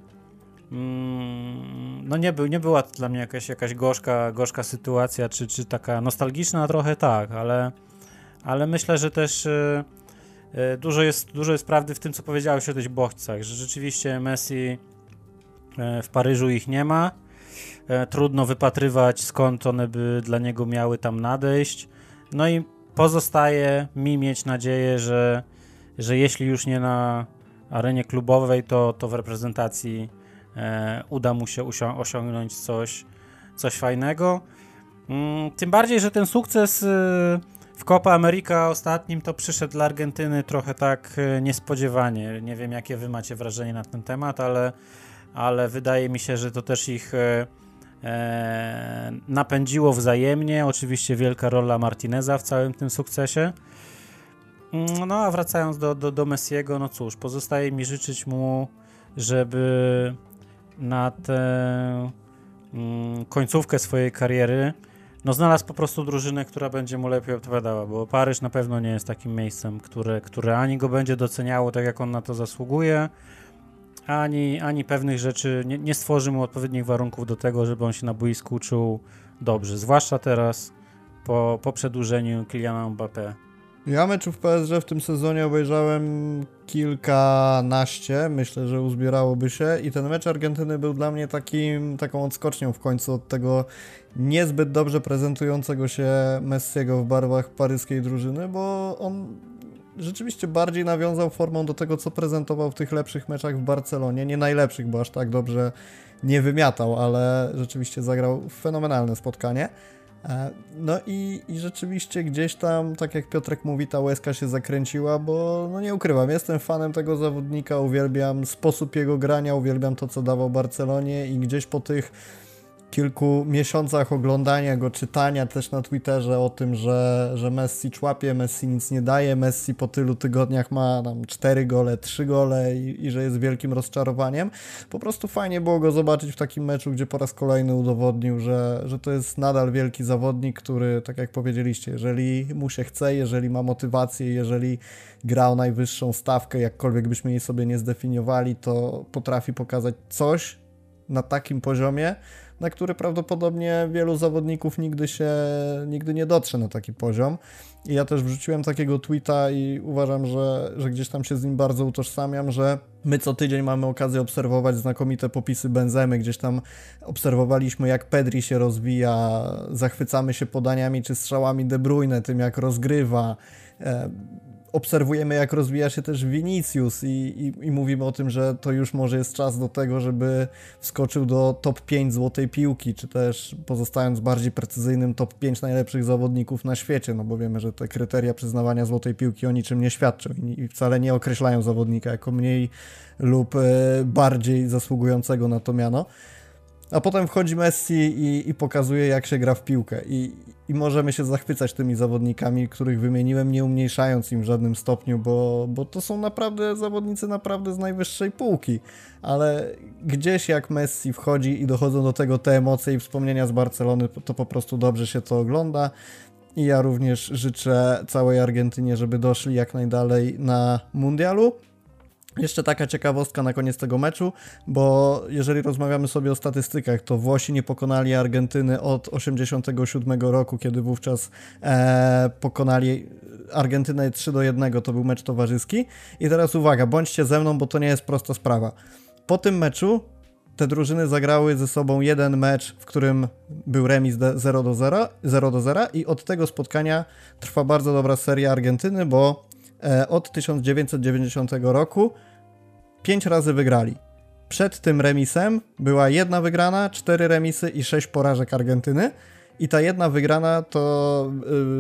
mm, no nie, był, nie była to dla mnie jakaś, jakaś gorzka, gorzka sytuacja, czy, czy taka nostalgiczna trochę tak, ale, ale myślę, że też e, e, dużo, jest, dużo jest prawdy w tym, co powiedziałeś o tych bodźcach, że rzeczywiście Messi e, w Paryżu ich nie ma. E, trudno wypatrywać, skąd one by dla niego miały tam nadejść. No i pozostaje mi mieć nadzieję, że, że jeśli już nie na arenie klubowej, to, to w reprezentacji e, uda mu się usi- osiągnąć coś, coś fajnego. Mm, tym bardziej, że ten sukces y, w Copa America ostatnim to przyszedł dla Argentyny trochę tak y, niespodziewanie. Nie wiem, jakie wy macie wrażenie na ten temat, ale, ale wydaje mi się, że to też ich y, E, napędziło wzajemnie. Oczywiście wielka rola Martineza w całym tym sukcesie. No a wracając do, do, do Messiego, no cóż, pozostaje mi życzyć mu, żeby na tę mm, końcówkę swojej kariery no znalazł po prostu drużynę, która będzie mu lepiej odpowiadała, bo Paryż na pewno nie jest takim miejscem, które, które ani go będzie doceniało tak, jak on na to zasługuje, Ani, ani pewnych rzeczy nie, nie stworzy mu odpowiednich warunków do tego, żeby on się na boisku czuł dobrze. Zwłaszcza teraz po, po przedłużeniu Kyliana Mbappé. Ja meczów P S G w tym sezonie obejrzałem kilkanaście, myślę, że uzbierałoby się i ten mecz Argentyny był dla mnie takim, taką odskocznią w końcu od tego niezbyt dobrze prezentującego się Messiego w barwach paryskiej drużyny, bo on rzeczywiście bardziej nawiązał formą do tego, co prezentował w tych lepszych meczach w Barcelonie. Nie najlepszych, bo aż tak dobrze nie wymiatał, ale rzeczywiście zagrał fenomenalne spotkanie. No i, i rzeczywiście gdzieś tam, tak jak Piotrek mówi, ta łezka się zakręciła, bo no nie ukrywam, jestem fanem tego zawodnika, uwielbiam sposób jego grania, uwielbiam to, co dawał Barcelonie i gdzieś po tych kilku miesiącach oglądania go, czytania też na Twitterze o tym, że, że Messi człapie, Messi nic nie daje, Messi po tylu tygodniach ma tam cztery gole, trzy gole i, i że jest wielkim rozczarowaniem. Po prostu fajnie było go zobaczyć w takim meczu, gdzie po raz kolejny udowodnił, że, że to jest nadal wielki zawodnik, który, tak jak powiedzieliście, jeżeli mu się chce, jeżeli ma motywację, jeżeli gra o najwyższą stawkę, jakkolwiek byśmy jej sobie nie zdefiniowali, to potrafi pokazać coś na takim poziomie, na który prawdopodobnie wielu zawodników nigdy się, nigdy nie dotrze na taki poziom. I ja też wrzuciłem takiego tweeta i uważam, że, że gdzieś tam się z nim bardzo utożsamiam, że my co tydzień mamy okazję obserwować znakomite popisy Benzemy, gdzieś tam obserwowaliśmy, jak Pedri się rozwija, zachwycamy się podaniami czy strzałami De Bruyne, tym jak rozgrywa, e, obserwujemy, jak rozwija się też Vinicius i, i, i mówimy o tym, że to już może jest czas do tego, żeby wskoczył do top pięć złotej piłki, czy też pozostając bardziej precyzyjnym top pięć najlepszych zawodników na świecie, no bo wiemy, że te kryteria przyznawania złotej piłki o niczym nie świadczą i, i wcale nie określają zawodnika jako mniej lub e, bardziej zasługującego na to miano. A potem wchodzi Messi i, i pokazuje, jak się gra w piłkę I, i możemy się zachwycać tymi zawodnikami, których wymieniłem, nie umniejszając im w żadnym stopniu, bo, bo to są naprawdę zawodnicy naprawdę z najwyższej półki, ale gdzieś jak Messi wchodzi i dochodzą do tego te emocje i wspomnienia z Barcelony, to po prostu dobrze się to ogląda i ja również życzę całej Argentynie, żeby doszli jak najdalej na mundialu. Jeszcze taka ciekawostka na koniec tego meczu, bo jeżeli rozmawiamy sobie o statystykach, to Włosi nie pokonali Argentyny od osiemdziesiątego siódmego roku, kiedy wówczas e, pokonali Argentynę trzy do jednego, to był mecz towarzyski. I teraz uwaga, bądźcie ze mną, bo to nie jest prosta sprawa. Po tym meczu te drużyny zagrały ze sobą jeden mecz, w którym był remis zero do zera i od tego spotkania trwa bardzo dobra seria Argentyny, bo e, od tysiąc dziewięćset dziewięćdziesiątego roku pięć razy wygrali. Przed tym remisem była jedna wygrana, cztery remisy i sześć porażek Argentyny. I ta jedna wygrana to,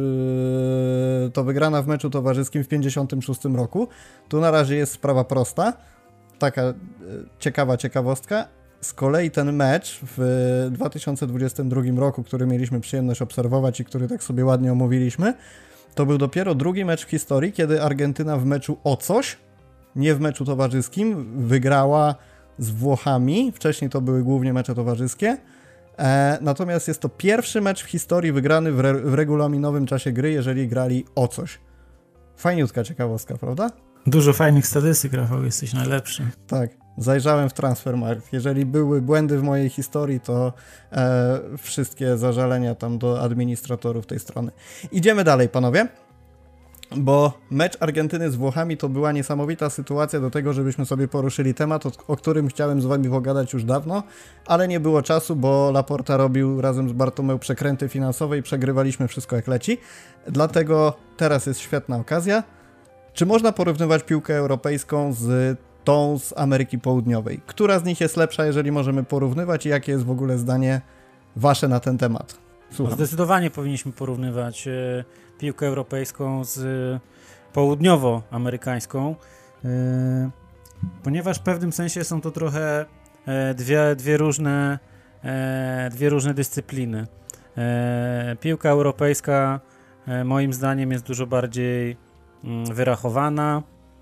yy, to wygrana w meczu towarzyskim w pięćdziesiątym szóstym roku. Tu na razie jest sprawa prosta. Taka yy, ciekawa ciekawostka. Z kolei ten mecz w dwa tysiące dwudziestym drugim roku, który mieliśmy przyjemność obserwować i który tak sobie ładnie omówiliśmy, to był dopiero drugi mecz w historii, kiedy Argentyna w meczu o coś, nie w meczu towarzyskim, wygrała z Włochami. Wcześniej to były głównie mecze towarzyskie. E, natomiast jest to pierwszy mecz w historii wygrany w, re, w regulaminowym czasie gry, jeżeli grali o coś. Fajniutka ciekawostka, prawda? Dużo fajnych statystyk, Rafał, jesteś najlepszy. Tak, zajrzałem w Transfermarkt. Jeżeli były błędy w mojej historii, to e, wszystkie zażalenia tam do administratorów tej strony. Idziemy dalej, panowie. Bo mecz Argentyny z Włochami to była niesamowita sytuacja do tego, żebyśmy sobie poruszyli temat, o, o którym chciałem z wami pogadać już dawno, ale nie było czasu, bo Laporta robił razem z Bartomeu przekręty finansowe i przegrywaliśmy wszystko jak leci. Dlatego teraz jest świetna okazja. Czy można porównywać piłkę europejską z tą z Ameryki Południowej? Która z nich jest lepsza, jeżeli możemy porównywać i jakie jest w ogóle zdanie wasze na ten temat? Słucham. Zdecydowanie powinniśmy porównywać e, piłkę europejską z e, południowoamerykańską, e, ponieważ w pewnym sensie są to trochę e, dwie, dwie, różne, e, dwie różne dyscypliny. E, piłka europejska e, moim zdaniem jest dużo bardziej mm, wyrachowana,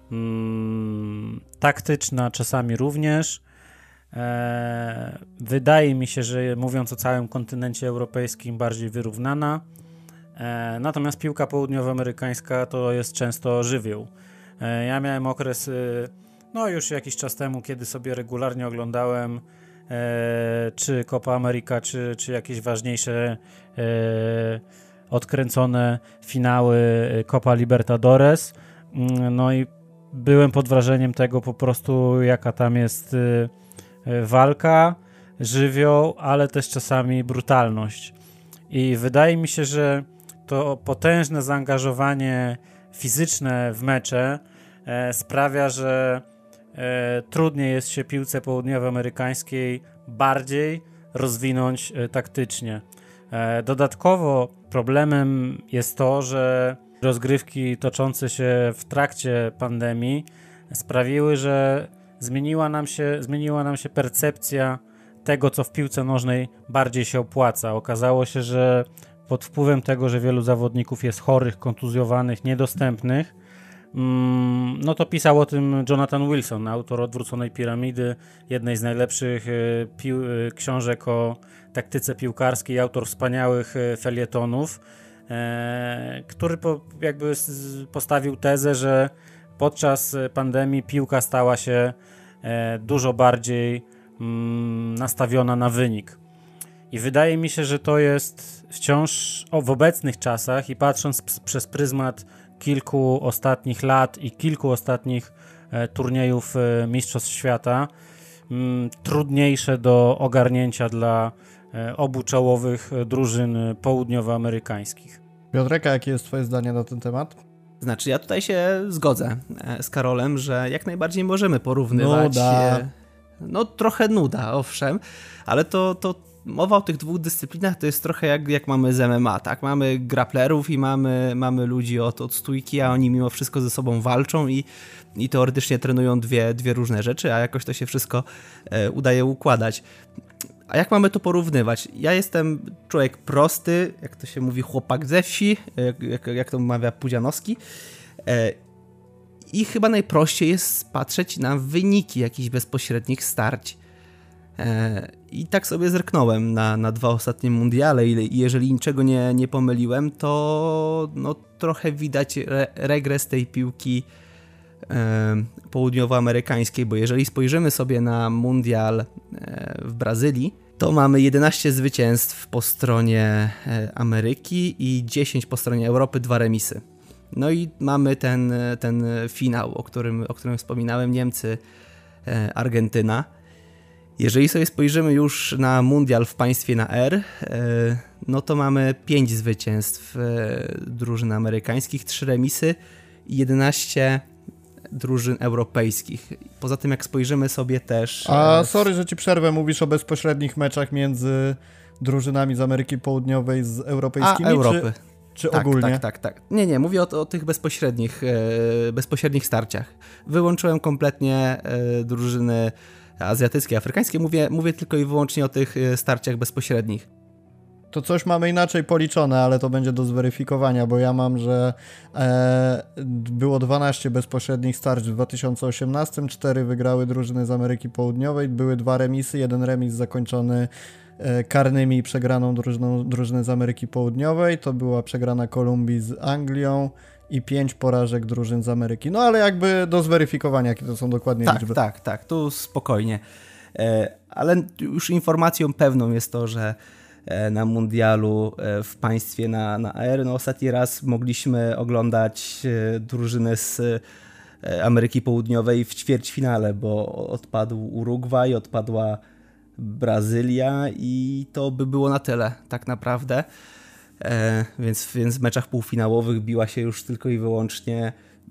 mm, taktyczna czasami również. E, wydaje mi się, że mówiąc o całym kontynencie europejskim, bardziej wyrównana. E, natomiast piłka południowoamerykańska to jest często żywioł. E, ja miałem okres, no już jakiś czas temu, kiedy sobie regularnie oglądałem e, czy Copa America, czy, czy jakieś ważniejsze e, odkręcone finały Copa Libertadores. No i byłem pod wrażeniem tego po prostu, jaka tam jest walka, żywioł, ale też czasami brutalność. I wydaje mi się, że to potężne zaangażowanie fizyczne w mecze e, sprawia, że e, trudniej jest się piłce południowoamerykańskiej bardziej rozwinąć e, taktycznie. E, dodatkowo problemem jest to, że rozgrywki toczące się w trakcie pandemii sprawiły, że zmieniła nam się, zmieniła nam się percepcja tego, co w piłce nożnej bardziej się opłaca. Okazało się, że pod wpływem tego, że wielu zawodników jest chorych, kontuzjowanych, niedostępnych, mm, no to pisał o tym Jonathan Wilson, autor Odwróconej Piramidy, jednej z najlepszych y, pił, y, książek o taktyce piłkarskiej, autor wspaniałych y, felietonów, y, który po, jakby z, postawił tezę, że podczas pandemii piłka stała się e, dużo bardziej mm, nastawiona na wynik. I wydaje mi się, że to jest wciąż o, w obecnych czasach i patrząc p- przez pryzmat kilku ostatnich lat i kilku ostatnich e, turniejów e, Mistrzostw Świata m, trudniejsze do ogarnięcia dla e, obu czołowych drużyn południowoamerykańskich. Piotrek, a jakie jest twoje zdanie na ten temat? Znaczy, ja tutaj się zgodzę z Karolem, że jak najbardziej możemy porównywać. Nuda. No trochę nuda, owszem, ale to, to mowa o tych dwóch dyscyplinach to jest trochę jak, jak mamy z M M A, tak? Mamy grapplerów i mamy, mamy ludzi od, od stójki, a oni mimo wszystko ze sobą walczą i, i teoretycznie trenują dwie, dwie różne rzeczy, a jakoś to się wszystko e, udaje układać. A jak mamy to porównywać? Ja jestem człowiek prosty, jak to się mówi, chłopak ze wsi, jak, jak, jak to mawia Pudzianowski. E, I chyba najprościej jest patrzeć na wyniki jakichś bezpośrednich starć. E, I tak sobie zerknąłem na, na dwa ostatnie mundiale i jeżeli niczego nie, nie pomyliłem, to no, trochę widać re, regres tej piłki południowoamerykańskiej, bo jeżeli spojrzymy sobie na mundial w Brazylii, to mamy jedenaście zwycięstw po stronie Ameryki i dziesięć po stronie Europy, dwa remisy. No i mamy ten, ten finał, o którym, o którym wspominałem, Niemcy, Argentyna. Jeżeli sobie spojrzymy już na mundial w państwie na R, no to mamy pięć zwycięstw drużyn amerykańskich, trzy remisy i jedenaście drużyn europejskich. Poza tym jak spojrzymy sobie też... A sorry, że ci przerwę, mówisz o bezpośrednich meczach między drużynami z Ameryki Południowej z europejskimi? A, Europy. Czy, czy tak, ogólnie? Tak, tak, tak. Nie, nie, mówię o, o tych bezpośrednich, e, bezpośrednich starciach. Wyłączyłem kompletnie e, drużyny azjatyckie, afrykańskie, mówię, mówię tylko i wyłącznie o tych starciach bezpośrednich. To coś mamy inaczej policzone, ale to będzie do zweryfikowania, bo ja mam, że e, było dwanaście bezpośrednich starć w dwa tysiące osiemnastym, cztery wygrały drużyny z Ameryki Południowej, były dwa remisy, jeden remis zakończony e, karnymi przegraną drużyną, drużyny z Ameryki Południowej, to była przegrana Kolumbii z Anglią i pięć porażek drużyn z Ameryki. No ale jakby do zweryfikowania, jakie to są dokładnie tak, liczby. Tak, tak, tak, tu spokojnie. E, ale już informacją pewną jest to, że na mundialu w państwie na, na A R. No, ostatni raz mogliśmy oglądać drużynę z Ameryki Południowej w ćwierćfinale, bo odpadł Urugwaj, odpadła Brazylia i to by było na tyle tak naprawdę. E, więc, więc w meczach półfinałowych biła się już tylko i wyłącznie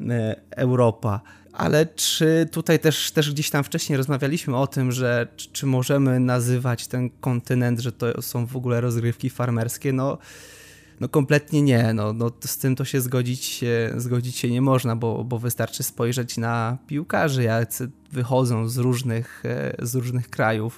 Europa. Ale czy tutaj też, też gdzieś tam wcześniej rozmawialiśmy o tym, że czy, czy możemy nazywać ten kontynent, że to są w ogóle rozgrywki farmerskie? No, no kompletnie nie. No, no z tym to się zgodzić, zgodzić się nie można, bo, bo wystarczy spojrzeć na piłkarzy, jacy wychodzą z różnych, z różnych krajów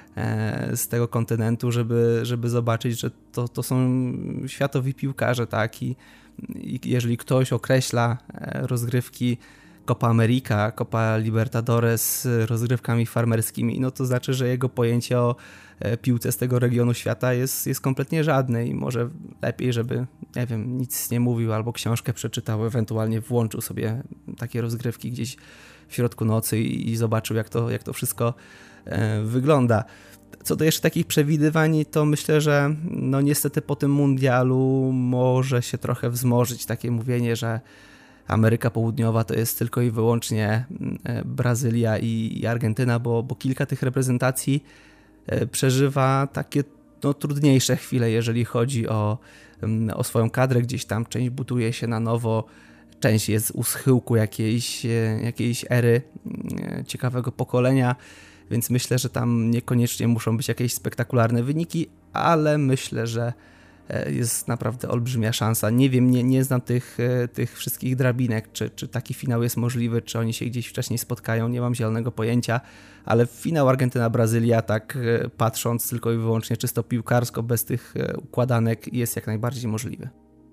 z tego kontynentu, żeby, żeby zobaczyć, że to, to są światowi piłkarze, tak? I, i jeżeli ktoś określa rozgrywki Copa America, Copa Libertadores z rozgrywkami farmerskimi, no to znaczy, że jego pojęcie o piłce z tego regionu świata jest, jest kompletnie żadne i może lepiej, żeby, nie wiem, nic nie mówił albo książkę przeczytał, ewentualnie włączył sobie takie rozgrywki gdzieś w środku nocy i, i zobaczył, jak to, jak to wszystko e, wygląda. Co do jeszcze takich przewidywań, to myślę, że no niestety po tym mundialu może się trochę wzmożyć takie mówienie, że Ameryka Południowa to jest tylko i wyłącznie Brazylia i, i Argentyna, bo, bo kilka tych reprezentacji przeżywa takie no, trudniejsze chwile, jeżeli chodzi o, o swoją kadrę. Gdzieś tam część buduje się na nowo, część jest u schyłku jakiejś, jakiejś ery ciekawego pokolenia, więc myślę, że tam niekoniecznie muszą być jakieś spektakularne wyniki, ale myślę, że jest naprawdę olbrzymia szansa. Nie wiem, nie, nie znam tych, tych wszystkich drabinek, czy, czy taki finał jest możliwy, czy oni się gdzieś wcześniej spotkają, nie mam zielonego pojęcia, ale finał Argentyna-Brazylia, tak patrząc tylko i wyłącznie czysto piłkarsko, bez tych układanek, jest jak najbardziej możliwy.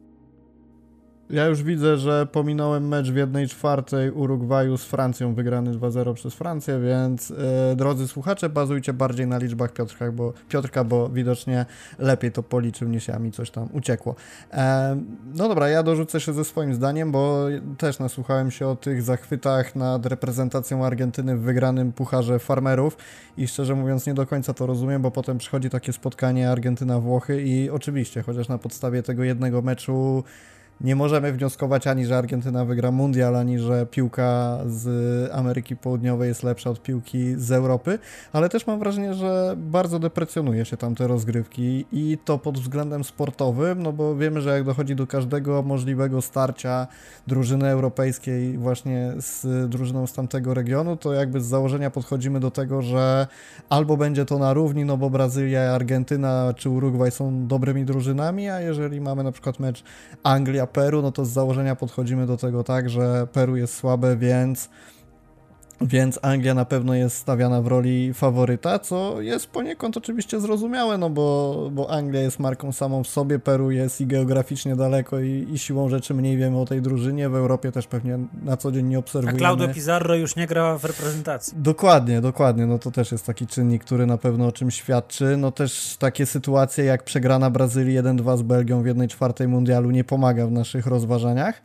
Ja już widzę, że pominąłem mecz w jednej czwartej Urugwaju z Francją, wygrany dwa zero przez Francję, więc yy, drodzy słuchacze, bazujcie bardziej na liczbach Piotrka, bo, Piotrka, bo widocznie lepiej to policzył niż ja, mi coś tam uciekło. E, no dobra, ja dorzucę się ze swoim zdaniem, bo też nasłuchałem się o tych zachwytach nad reprezentacją Argentyny w wygranym Pucharze Farmerów i szczerze mówiąc nie do końca to rozumiem, bo potem przychodzi takie spotkanie Argentyna-Włochy i oczywiście, chociaż na podstawie tego jednego meczu nie możemy wnioskować ani, że Argentyna wygra mundial, ani, że piłka z Ameryki Południowej jest lepsza od piłki z Europy, ale też mam wrażenie, że bardzo deprecjonuje się tam te rozgrywki i to pod względem sportowym, no bo wiemy, że jak dochodzi do każdego możliwego starcia drużyny europejskiej właśnie z drużyną z tamtego regionu, to jakby z założenia podchodzimy do tego, że albo będzie to na równi, no bo Brazylia, Argentyna czy Urugwaj są dobrymi drużynami, a jeżeli mamy na przykład mecz Anglia Peru, no to z założenia podchodzimy do tego tak, że Peru jest słabe, więc, więc Anglia na pewno jest stawiana w roli faworyta, co jest poniekąd oczywiście zrozumiałe, no bo, bo Anglia jest marką samą w sobie, Peru jest i geograficznie daleko i, i siłą rzeczy mniej wiemy o tej drużynie, w Europie też pewnie na co dzień nie obserwujemy. A Claudio Pizarro już nie gra w reprezentacji. Dokładnie, dokładnie, no to też jest taki czynnik, który na pewno o czym świadczy, no też takie sytuacje jak przegrana Brazylii jeden dwa z Belgią w jednej czwartej mundialu nie pomaga w naszych rozważaniach.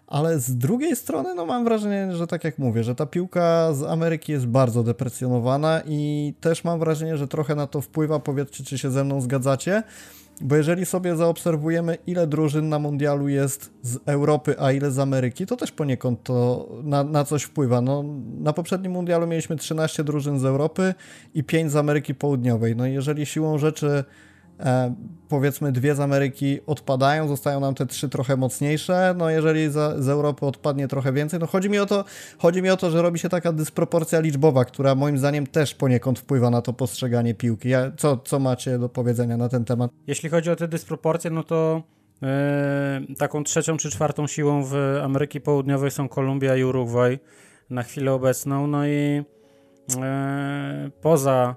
Ale z drugiej strony, no mam wrażenie, że tak jak mówię, że ta piłka z Ameryki jest bardzo deprecjonowana i też mam wrażenie, że trochę na to wpływa, powiedzcie, czy się ze mną zgadzacie, bo jeżeli sobie zaobserwujemy, ile drużyn na mundialu jest z Europy, a ile z Ameryki, to też poniekąd to na, na coś wpływa. No, na poprzednim mundialu mieliśmy trzynaście drużyn z Europy i pięć z Ameryki Południowej. No i jeżeli siłą rzeczy E, powiedzmy dwie z Ameryki odpadają, zostają nam te trzy trochę mocniejsze, no jeżeli za, z Europy odpadnie trochę więcej, no chodzi mi o to, chodzi mi o to, że robi się taka dysproporcja liczbowa, która moim zdaniem też poniekąd wpływa na to postrzeganie piłki. Ja, co, co macie do powiedzenia na ten temat? Jeśli chodzi o te dysproporcje, no to yy, taką trzecią czy czwartą siłą w Ameryki Południowej są Kolumbia i Urugwaj na chwilę obecną, no i yy, poza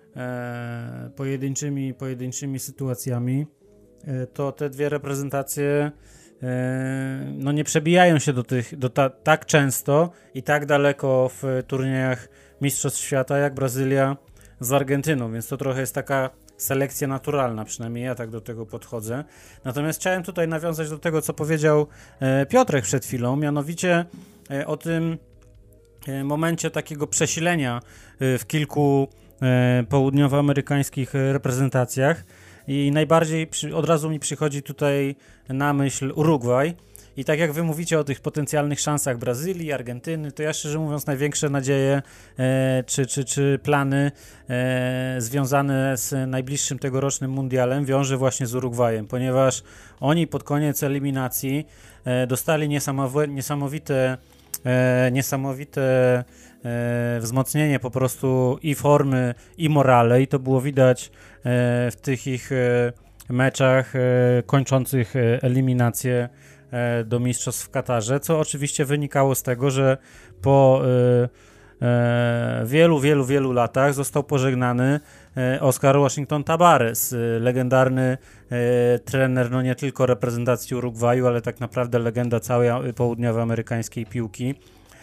E, pojedynczymi, pojedynczymi sytuacjami, e, to te dwie reprezentacje e, no nie przebijają się do tych do ta, tak często i tak daleko w turniejach Mistrzostw Świata jak Brazylia z Argentyną, więc to trochę jest taka selekcja naturalna, przynajmniej ja tak do tego podchodzę. Natomiast chciałem tutaj nawiązać do tego, co powiedział e, Piotrek przed chwilą, mianowicie e, o tym e, momencie takiego przesilenia e, w kilku południowoamerykańskich reprezentacjach i najbardziej przy, od razu mi przychodzi tutaj na myśl Urugwaj i tak jak wy mówicie o tych potencjalnych szansach Brazylii, Argentyny, to ja szczerze mówiąc największe nadzieje e, czy, czy, czy plany e, związane z najbliższym tegorocznym mundialem wiąże właśnie z Urugwajem, ponieważ oni pod koniec eliminacji e, dostali niesamowi- niesamowite e, niesamowite E, wzmocnienie po prostu i formy, i morale i to było widać e, w tych ich e, meczach e, kończących e, eliminację e, do mistrzostw w Katarze, co oczywiście wynikało z tego, że po e, e, wielu, wielu, wielu latach został pożegnany e, Oscar Washington Tabares, e, legendarny e, trener no nie tylko reprezentacji Urugwaju, ale tak naprawdę legenda całej południowoamerykańskiej piłki.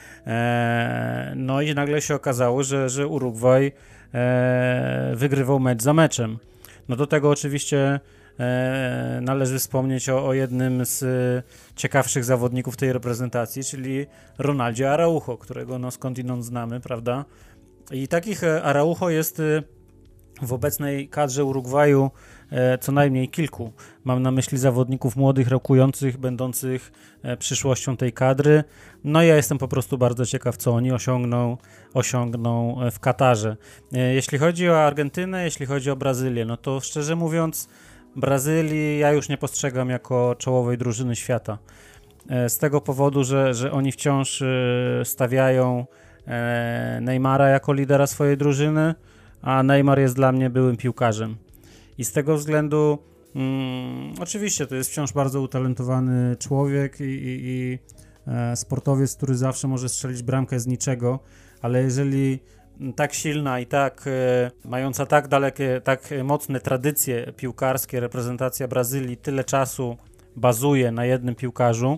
E, no i nagle się okazało, że, że Urugwaj e, wygrywał mecz za meczem. No do tego oczywiście e, należy wspomnieć o, o jednym z ciekawszych zawodników tej reprezentacji, czyli Ronaldzie Araujo, którego no skądinąd znamy, prawda? I takich Araujo jest w obecnej kadrze Urugwaju e, co najmniej kilku. Mam na myśli zawodników młodych, rokujących, będących e, przyszłością tej kadry. No ja jestem po prostu bardzo ciekaw, co oni osiągną, osiągną w Katarze. E, jeśli chodzi o Argentynę, jeśli chodzi o Brazylię, no to szczerze mówiąc Brazylii ja już nie postrzegam jako czołowej drużyny świata. E, z tego powodu, że, że oni wciąż e, stawiają e, Neymara jako lidera swojej drużyny, a Neymar jest dla mnie byłym piłkarzem. I z tego względu mm, oczywiście to jest wciąż bardzo utalentowany człowiek i, i, i e, sportowiec, który zawsze może strzelić bramkę z niczego, ale jeżeli tak silna i tak e, mająca tak dalekie, tak mocne tradycje piłkarskie reprezentacja Brazylii tyle czasu bazuje na jednym piłkarzu,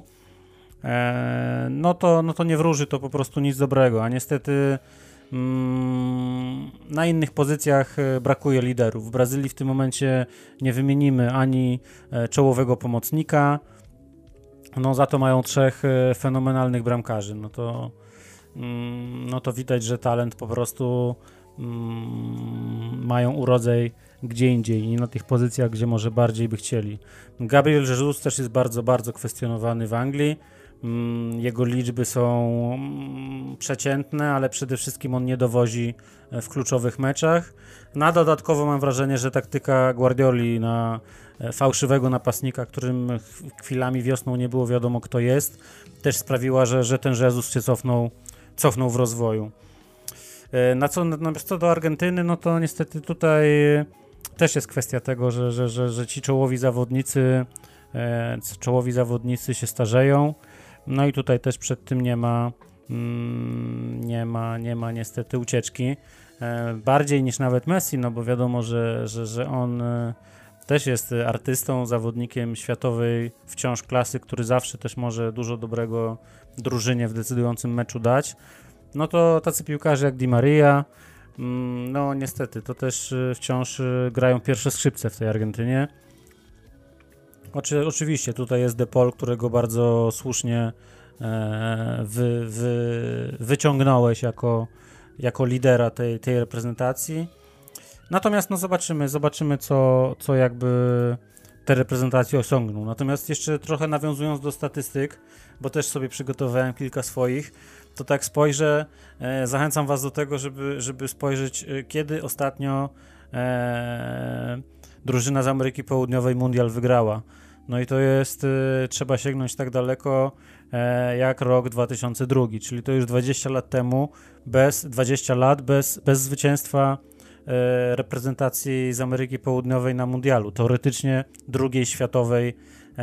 e, no, to, no to nie wróży to po prostu nic dobrego, a niestety na innych pozycjach brakuje liderów. W Brazylii w tym momencie nie wymienimy ani czołowego pomocnika, no za to mają trzech fenomenalnych bramkarzy. No to, no to widać, że talent po prostu mają urodzej gdzie indziej, nie na tych pozycjach, gdzie może bardziej by chcieli. Gabriel Jesus też jest bardzo, bardzo kwestionowany w Anglii. Jego liczby są przeciętne, ale przede wszystkim on nie dowozi w kluczowych meczach. Na dodatkowo mam wrażenie, że taktyka Guardioli na fałszywego napastnika, którym chwilami wiosną nie było wiadomo kto jest, też sprawiła, że, że ten Jesus się cofnął, cofnął w rozwoju. Na co, na co do Argentyny, no to niestety tutaj też jest kwestia tego, że, że, że, że ci czołowi zawodnicy, czołowi zawodnicy się starzeją. No i tutaj też przed tym nie ma, mm, nie ma, nie ma niestety ucieczki. E, bardziej niż nawet Messi, no bo wiadomo, że, że, że on e, też jest artystą, zawodnikiem światowej wciąż klasy, który zawsze też może dużo dobrego drużynie w decydującym meczu dać. No to tacy piłkarze jak Di Maria, mm, no niestety to też wciąż grają pierwsze skrzypce w tej Argentynie. Oczy, oczywiście tutaj jest De Paul, którego bardzo słusznie wy, wy, wyciągnąłeś jako, jako lidera tej, tej reprezentacji. Natomiast no zobaczymy, zobaczymy co, co jakby te reprezentacje osiągną. Natomiast jeszcze trochę nawiązując do statystyk, bo też sobie przygotowałem kilka swoich, to tak spojrzę, e, zachęcam was do tego, żeby, żeby spojrzeć, e, kiedy ostatnio e, drużyna z Ameryki Południowej mundial wygrała. No i to jest, e, trzeba sięgnąć tak daleko e, jak rok dwa tysiące drugi, czyli to już dwadzieścia lat temu, bez dwadzieścia lat bez, bez zwycięstwa e, reprezentacji z Ameryki Południowej na mundialu, teoretycznie drugiej światowej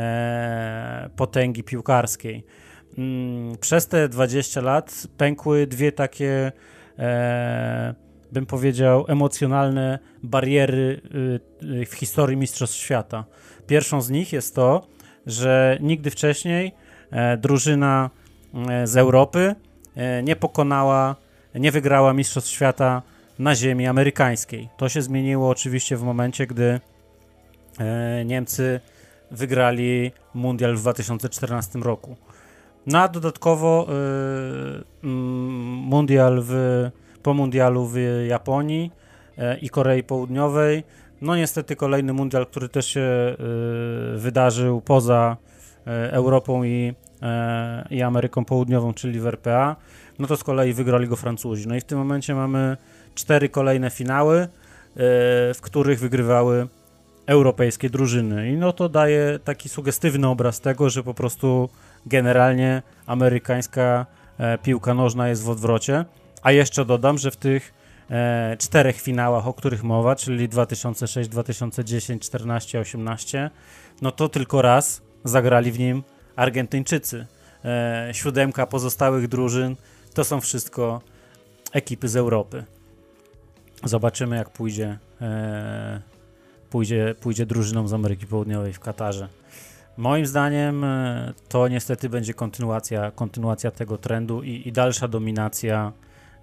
e, potęgi piłkarskiej. Mm, przez te dwadzieścia lat pękły dwie takie, e, bym powiedział, emocjonalne bariery y, y, w historii Mistrzostw Świata. Pierwszą z nich jest to, że nigdy wcześniej e, drużyna e, z Europy e, nie pokonała, nie wygrała Mistrzostw Świata na ziemi amerykańskiej. To się zmieniło oczywiście w momencie, gdy e, Niemcy wygrali mundial w dwa tysiące czternastym roku. No a dodatkowo y, y, mundial w, po mundialu w Japonii y, i Korei Południowej, no niestety kolejny mundial, który też się y, wydarzył poza y, Europą i, y, i Ameryką Południową, czyli w R P A, no to z kolei wygrali go Francuzi. No i w tym momencie mamy cztery kolejne finały, y, w których wygrywały europejskie drużyny i no to daje taki sugestywny obraz tego, że po prostu generalnie amerykańska e, piłka nożna jest w odwrocie, a jeszcze dodam, że w tych e, czterech finałach, o których mowa, czyli dwa tysiące szósty, dwa tysiące dziesiąty, czternasty, osiemnasty, no to tylko raz zagrali w nim Argentyńczycy. E, siódemka pozostałych drużyn to są wszystko ekipy z Europy. Zobaczymy, jak pójdzie, e, pójdzie, pójdzie drużynom z Ameryki Południowej w Katarze. Moim zdaniem to niestety będzie kontynuacja, kontynuacja tego trendu i, i dalsza dominacja,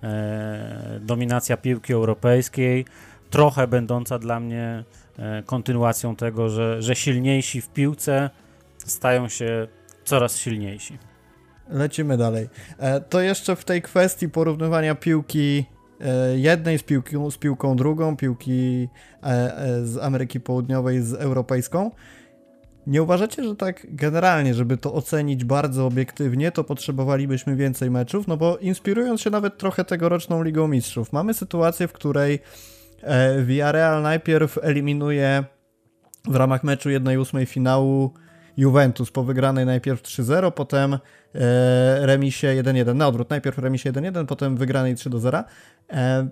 e, dominacja piłki europejskiej, trochę będąca dla mnie e, kontynuacją tego, że, że silniejsi w piłce stają się coraz silniejsi. Lecimy dalej. E, to jeszcze w tej kwestii porównywania piłki e, jednej z piłką, z piłką drugą, piłki e, e, z Ameryki Południowej z europejską. Nie uważacie, że tak generalnie, żeby to ocenić bardzo obiektywnie, to potrzebowalibyśmy więcej meczów? No bo inspirując się nawet trochę tegoroczną Ligą Mistrzów, mamy sytuację, w której e, Villarreal najpierw eliminuje w ramach meczu jednej ósmej finału Juventus po wygranej najpierw trzy zero, potem e, remisie jeden jeden, na odwrót, najpierw remisie jeden jeden, potem wygranej trzy do zera. E,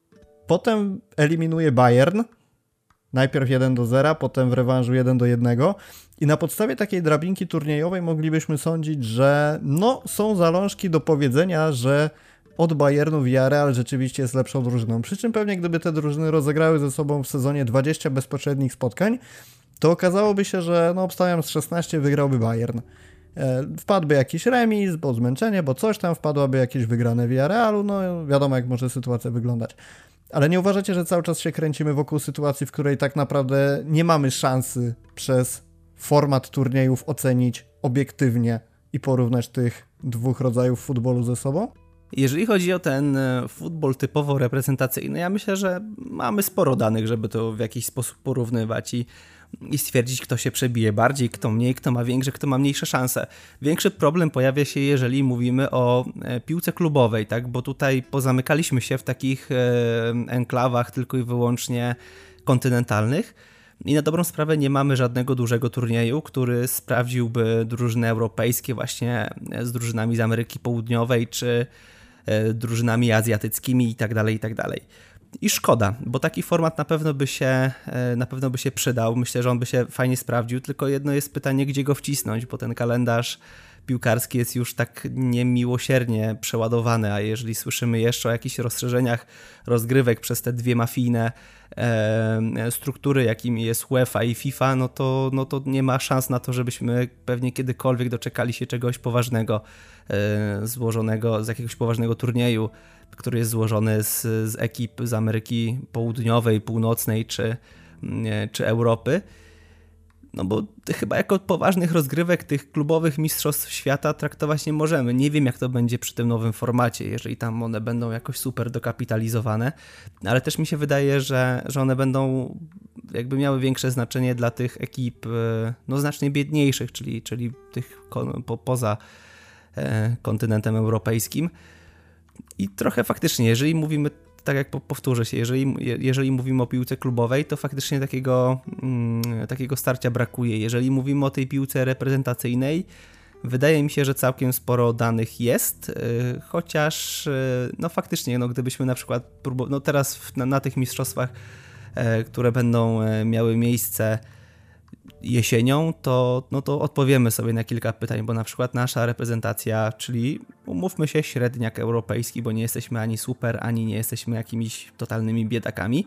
potem eliminuje Bayern, najpierw jeden do zera, potem w rewanżu jeden do jednego i na podstawie takiej drabinki turniejowej moglibyśmy sądzić, że no są zalążki do powiedzenia, że od Bayernu Villarreal rzeczywiście jest lepszą drużyną. Przy czym pewnie gdyby te drużyny rozegrały ze sobą w sezonie dwadzieścia bezpośrednich spotkań, to okazałoby się, że no obstawiam z szesnaście wygrałby Bayern. E, wpadłby jakiś remis, bo zmęczenie, bo coś tam, wpadłaby jakieś wygrane Villarrealu, no wiadomo jak może sytuacja wyglądać. Ale nie uważacie, że cały czas się kręcimy wokół sytuacji, w której tak naprawdę nie mamy szansy przez format turniejów ocenić obiektywnie i porównać tych dwóch rodzajów futbolu ze sobą? Jeżeli chodzi o ten futbol typowo reprezentacyjny, ja myślę, że mamy sporo danych, żeby to w jakiś sposób porównywać i, i stwierdzić, kto się przebije bardziej, kto mniej, kto ma większe, kto ma mniejsze szanse. Większy problem pojawia się, jeżeli mówimy o piłce klubowej, tak? Bo tutaj pozamykaliśmy się w takich e, enklawach tylko i wyłącznie kontynentalnych i na dobrą sprawę nie mamy żadnego dużego turnieju, który sprawdziłby drużyny europejskie właśnie z drużynami z Ameryki Południowej czy drużynami azjatyckimi i tak dalej, i tak dalej. I szkoda, bo taki format na pewno by się na pewno by się przydał. Myślę, że on by się fajnie sprawdził, tylko jedno jest pytanie, gdzie go wcisnąć, bo ten kalendarz piłkarski jest już tak niemiłosiernie przeładowany, a jeżeli słyszymy jeszcze o jakichś rozszerzeniach rozgrywek przez te dwie mafijne e, struktury, jakimi jest UEFA i FIFA, no to, no to nie ma szans na to, żebyśmy pewnie kiedykolwiek doczekali się czegoś poważnego, e, złożonego z jakiegoś poważnego turnieju, który jest złożony z, z ekip z Ameryki Południowej, Północnej czy, czy Europy. no bo chyba jako poważnych rozgrywek tych klubowych mistrzostw świata traktować nie możemy. Nie wiem, jak to będzie przy tym nowym formacie, jeżeli tam one będą jakoś super dokapitalizowane, ale też mi się wydaje, że, że one będą jakby miały większe znaczenie dla tych ekip no znacznie biedniejszych, czyli, czyli tych po, poza e, kontynentem europejskim. I trochę faktycznie, jeżeli mówimy, tak jak powtórzę się, jeżeli, jeżeli mówimy o piłce klubowej, to faktycznie takiego, mm, takiego starcia brakuje. Jeżeli mówimy o tej piłce reprezentacyjnej, wydaje mi się, że całkiem sporo danych jest, yy, chociaż yy, no faktycznie, no gdybyśmy na przykład próbowali, no teraz w, na, na tych mistrzostwach, yy, które będą yy, miały miejsce jesienią, to, no to odpowiemy sobie na kilka pytań, bo na przykład nasza reprezentacja, czyli umówmy się, średniak europejski, bo nie jesteśmy ani super, ani nie jesteśmy jakimiś totalnymi biedakami,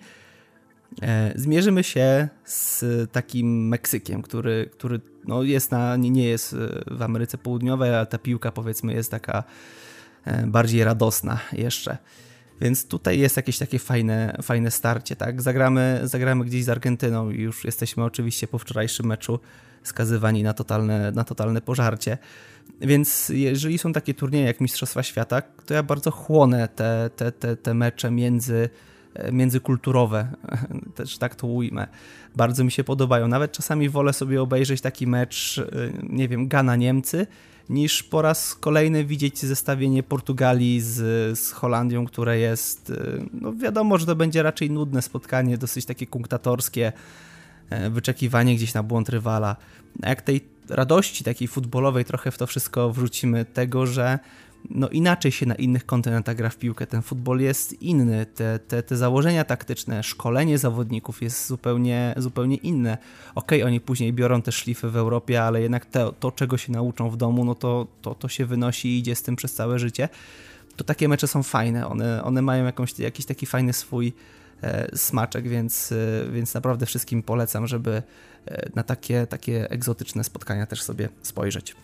e, zmierzymy się z takim Meksykiem, który, który no jest na, nie, nie jest w Ameryce Południowej, ale ta piłka powiedzmy jest taka e, bardziej radosna jeszcze. Więc tutaj jest jakieś takie fajne, fajne starcie, tak? Zagramy, zagramy gdzieś z Argentyną i już jesteśmy oczywiście po wczorajszym meczu skazywani na totalne, na totalne pożarcie. Więc jeżeli są takie turnieje jak Mistrzostwa Świata, to ja bardzo chłonę te, te, te, te mecze między, międzykulturowe, też tak to ujmę. Bardzo mi się podobają. Nawet czasami wolę sobie obejrzeć taki mecz, nie wiem, Gana-Niemcy, niż po raz kolejny widzieć zestawienie Portugalii z, z Holandią, które jest, no wiadomo, że to będzie raczej nudne spotkanie, dosyć takie kunktatorskie, wyczekiwanie gdzieś na błąd rywala. A jak tej radości takiej futbolowej trochę w to wszystko wrzucimy, tego, że no inaczej się na innych kontynentach gra w piłkę, ten futbol jest inny, te, te, te założenia taktyczne, szkolenie zawodników jest zupełnie, zupełnie inne. Okej, okay, oni później biorą te szlify w Europie, ale jednak to, to czego się nauczą w domu, no to, to, to się wynosi i idzie z tym przez całe życie. To takie mecze są fajne, one, one mają jakąś, jakiś taki fajny swój e, smaczek, więc, e, więc naprawdę wszystkim polecam, żeby e, na takie, takie egzotyczne spotkania też sobie spojrzeć.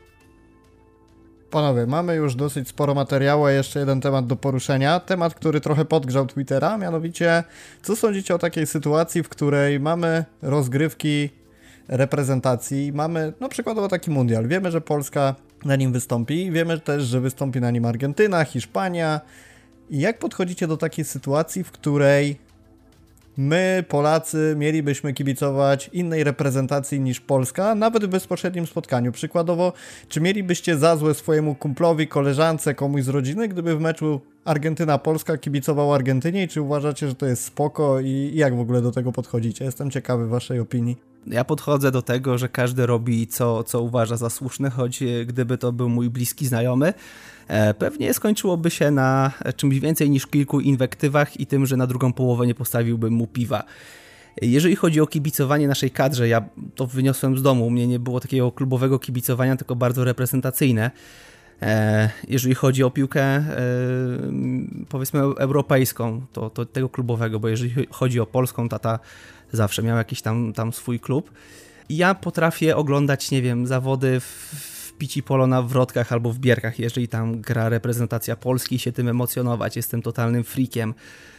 Panowie, mamy już dosyć sporo materiału, a jeszcze jeden temat do poruszenia. Temat, który trochę podgrzał Twittera, mianowicie co sądzicie o takiej sytuacji, w której mamy rozgrywki reprezentacji, mamy no przykładowo taki mundial. Wiemy, że Polska na nim wystąpi, wiemy też, że wystąpi na nim Argentyna, Hiszpania. I jak podchodzicie do takiej sytuacji, w której my, Polacy, mielibyśmy kibicować innej reprezentacji niż Polska, nawet w bezpośrednim spotkaniu? Przykładowo, czy mielibyście za złe swojemu kumplowi, koleżance, komuś z rodziny, gdyby w meczu Argentyna-Polska kibicował Argentynie, i czy uważacie, że to jest spoko i jak w ogóle do tego podchodzicie? Jestem ciekawy waszej opinii. Ja podchodzę do tego, że każdy robi co, co uważa za słuszne, choć gdyby to był mój bliski znajomy, pewnie skończyłoby się na czymś więcej niż kilku inwektywach i tym, że na drugą połowę nie postawiłbym mu piwa. Jeżeli chodzi o kibicowanie naszej kadrze, ja to wyniosłem z domu, u mnie nie było takiego klubowego kibicowania, tylko bardzo reprezentacyjne. Jeżeli chodzi o piłkę powiedzmy europejską, to, to tego klubowego, bo jeżeli chodzi o polską, tata zawsze miał jakiś tam, tam swój klub. I ja potrafię oglądać, nie wiem, zawody w pici polo na Wrotkach albo w Bierkach, jeżeli tam gra reprezentacja Polski, i się tym emocjonować. Jestem totalnym freakiem.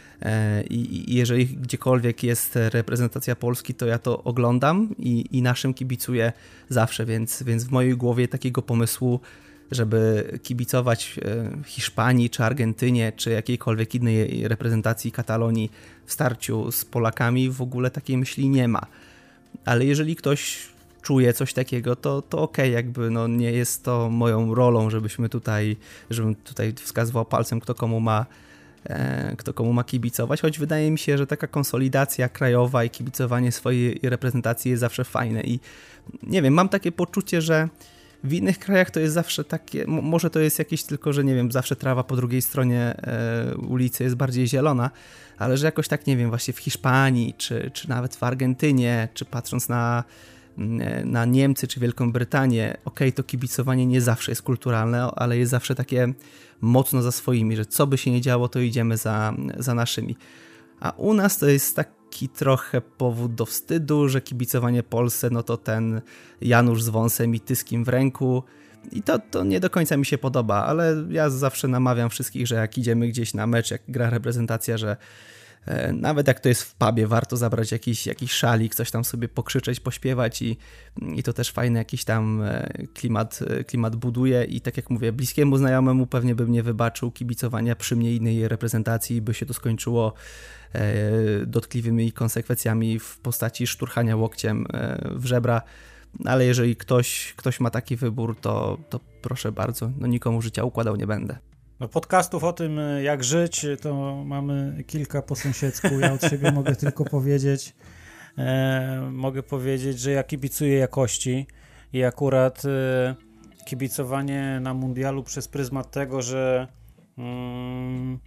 I jeżeli gdziekolwiek jest reprezentacja Polski, to ja to oglądam i, i naszym kibicuję zawsze, więc, więc w mojej głowie takiego pomysłu, żeby kibicować Hiszpanii, czy Argentynie, czy jakiejkolwiek innej reprezentacji Katalonii w starciu z Polakami, w ogóle takiej myśli nie ma. Ale jeżeli ktoś czuje coś takiego, to, to okej, okay, jakby no nie jest to moją rolą, żebyśmy tutaj, żebym tutaj wskazywał palcem, kto komu ma e, kto komu ma kibicować, choć wydaje mi się, że taka konsolidacja krajowa i kibicowanie swojej reprezentacji jest zawsze fajne i nie wiem, mam takie poczucie, że w innych krajach to jest zawsze takie, może to jest jakieś tylko, że nie wiem, zawsze trawa po drugiej stronie e, ulicy jest bardziej zielona, ale że jakoś tak, nie wiem, właśnie w Hiszpanii, czy, czy nawet w Argentynie, czy patrząc na, na Niemcy, czy Wielką Brytanię, okej, okay, to kibicowanie nie zawsze jest kulturalne, ale jest zawsze takie mocno za swoimi, że co by się nie działo, to idziemy za, za naszymi. A u nas to jest taki trochę powód do wstydu, że kibicowanie Polsce, no to ten Janusz z wąsem i tyskiem w ręku. I to, to nie do końca mi się podoba, ale ja zawsze namawiam wszystkich, że jak idziemy gdzieś na mecz, jak gra reprezentacja, że Nawet jak to jest w pubie, warto zabrać jakiś, jakiś szalik, coś tam sobie pokrzyczeć, pośpiewać i, i to też fajny jakiś tam klimat, klimat buduje i tak jak mówię, bliskiemu znajomemu pewnie bym nie wybaczył kibicowania przy mnie innej reprezentacji, by się to skończyło dotkliwymi konsekwencjami w postaci szturchania łokciem w żebra, ale jeżeli ktoś, ktoś ma taki wybór, to, to proszę bardzo, no nikomu życia układał nie będę. No podcastów o tym, jak żyć, to mamy kilka po sąsiedzku. Ja od siebie mogę tylko powiedzieć, e, mogę powiedzieć, że ja kibicuję jakości i akurat e, kibicowanie na mundialu przez pryzmat tego, że mm,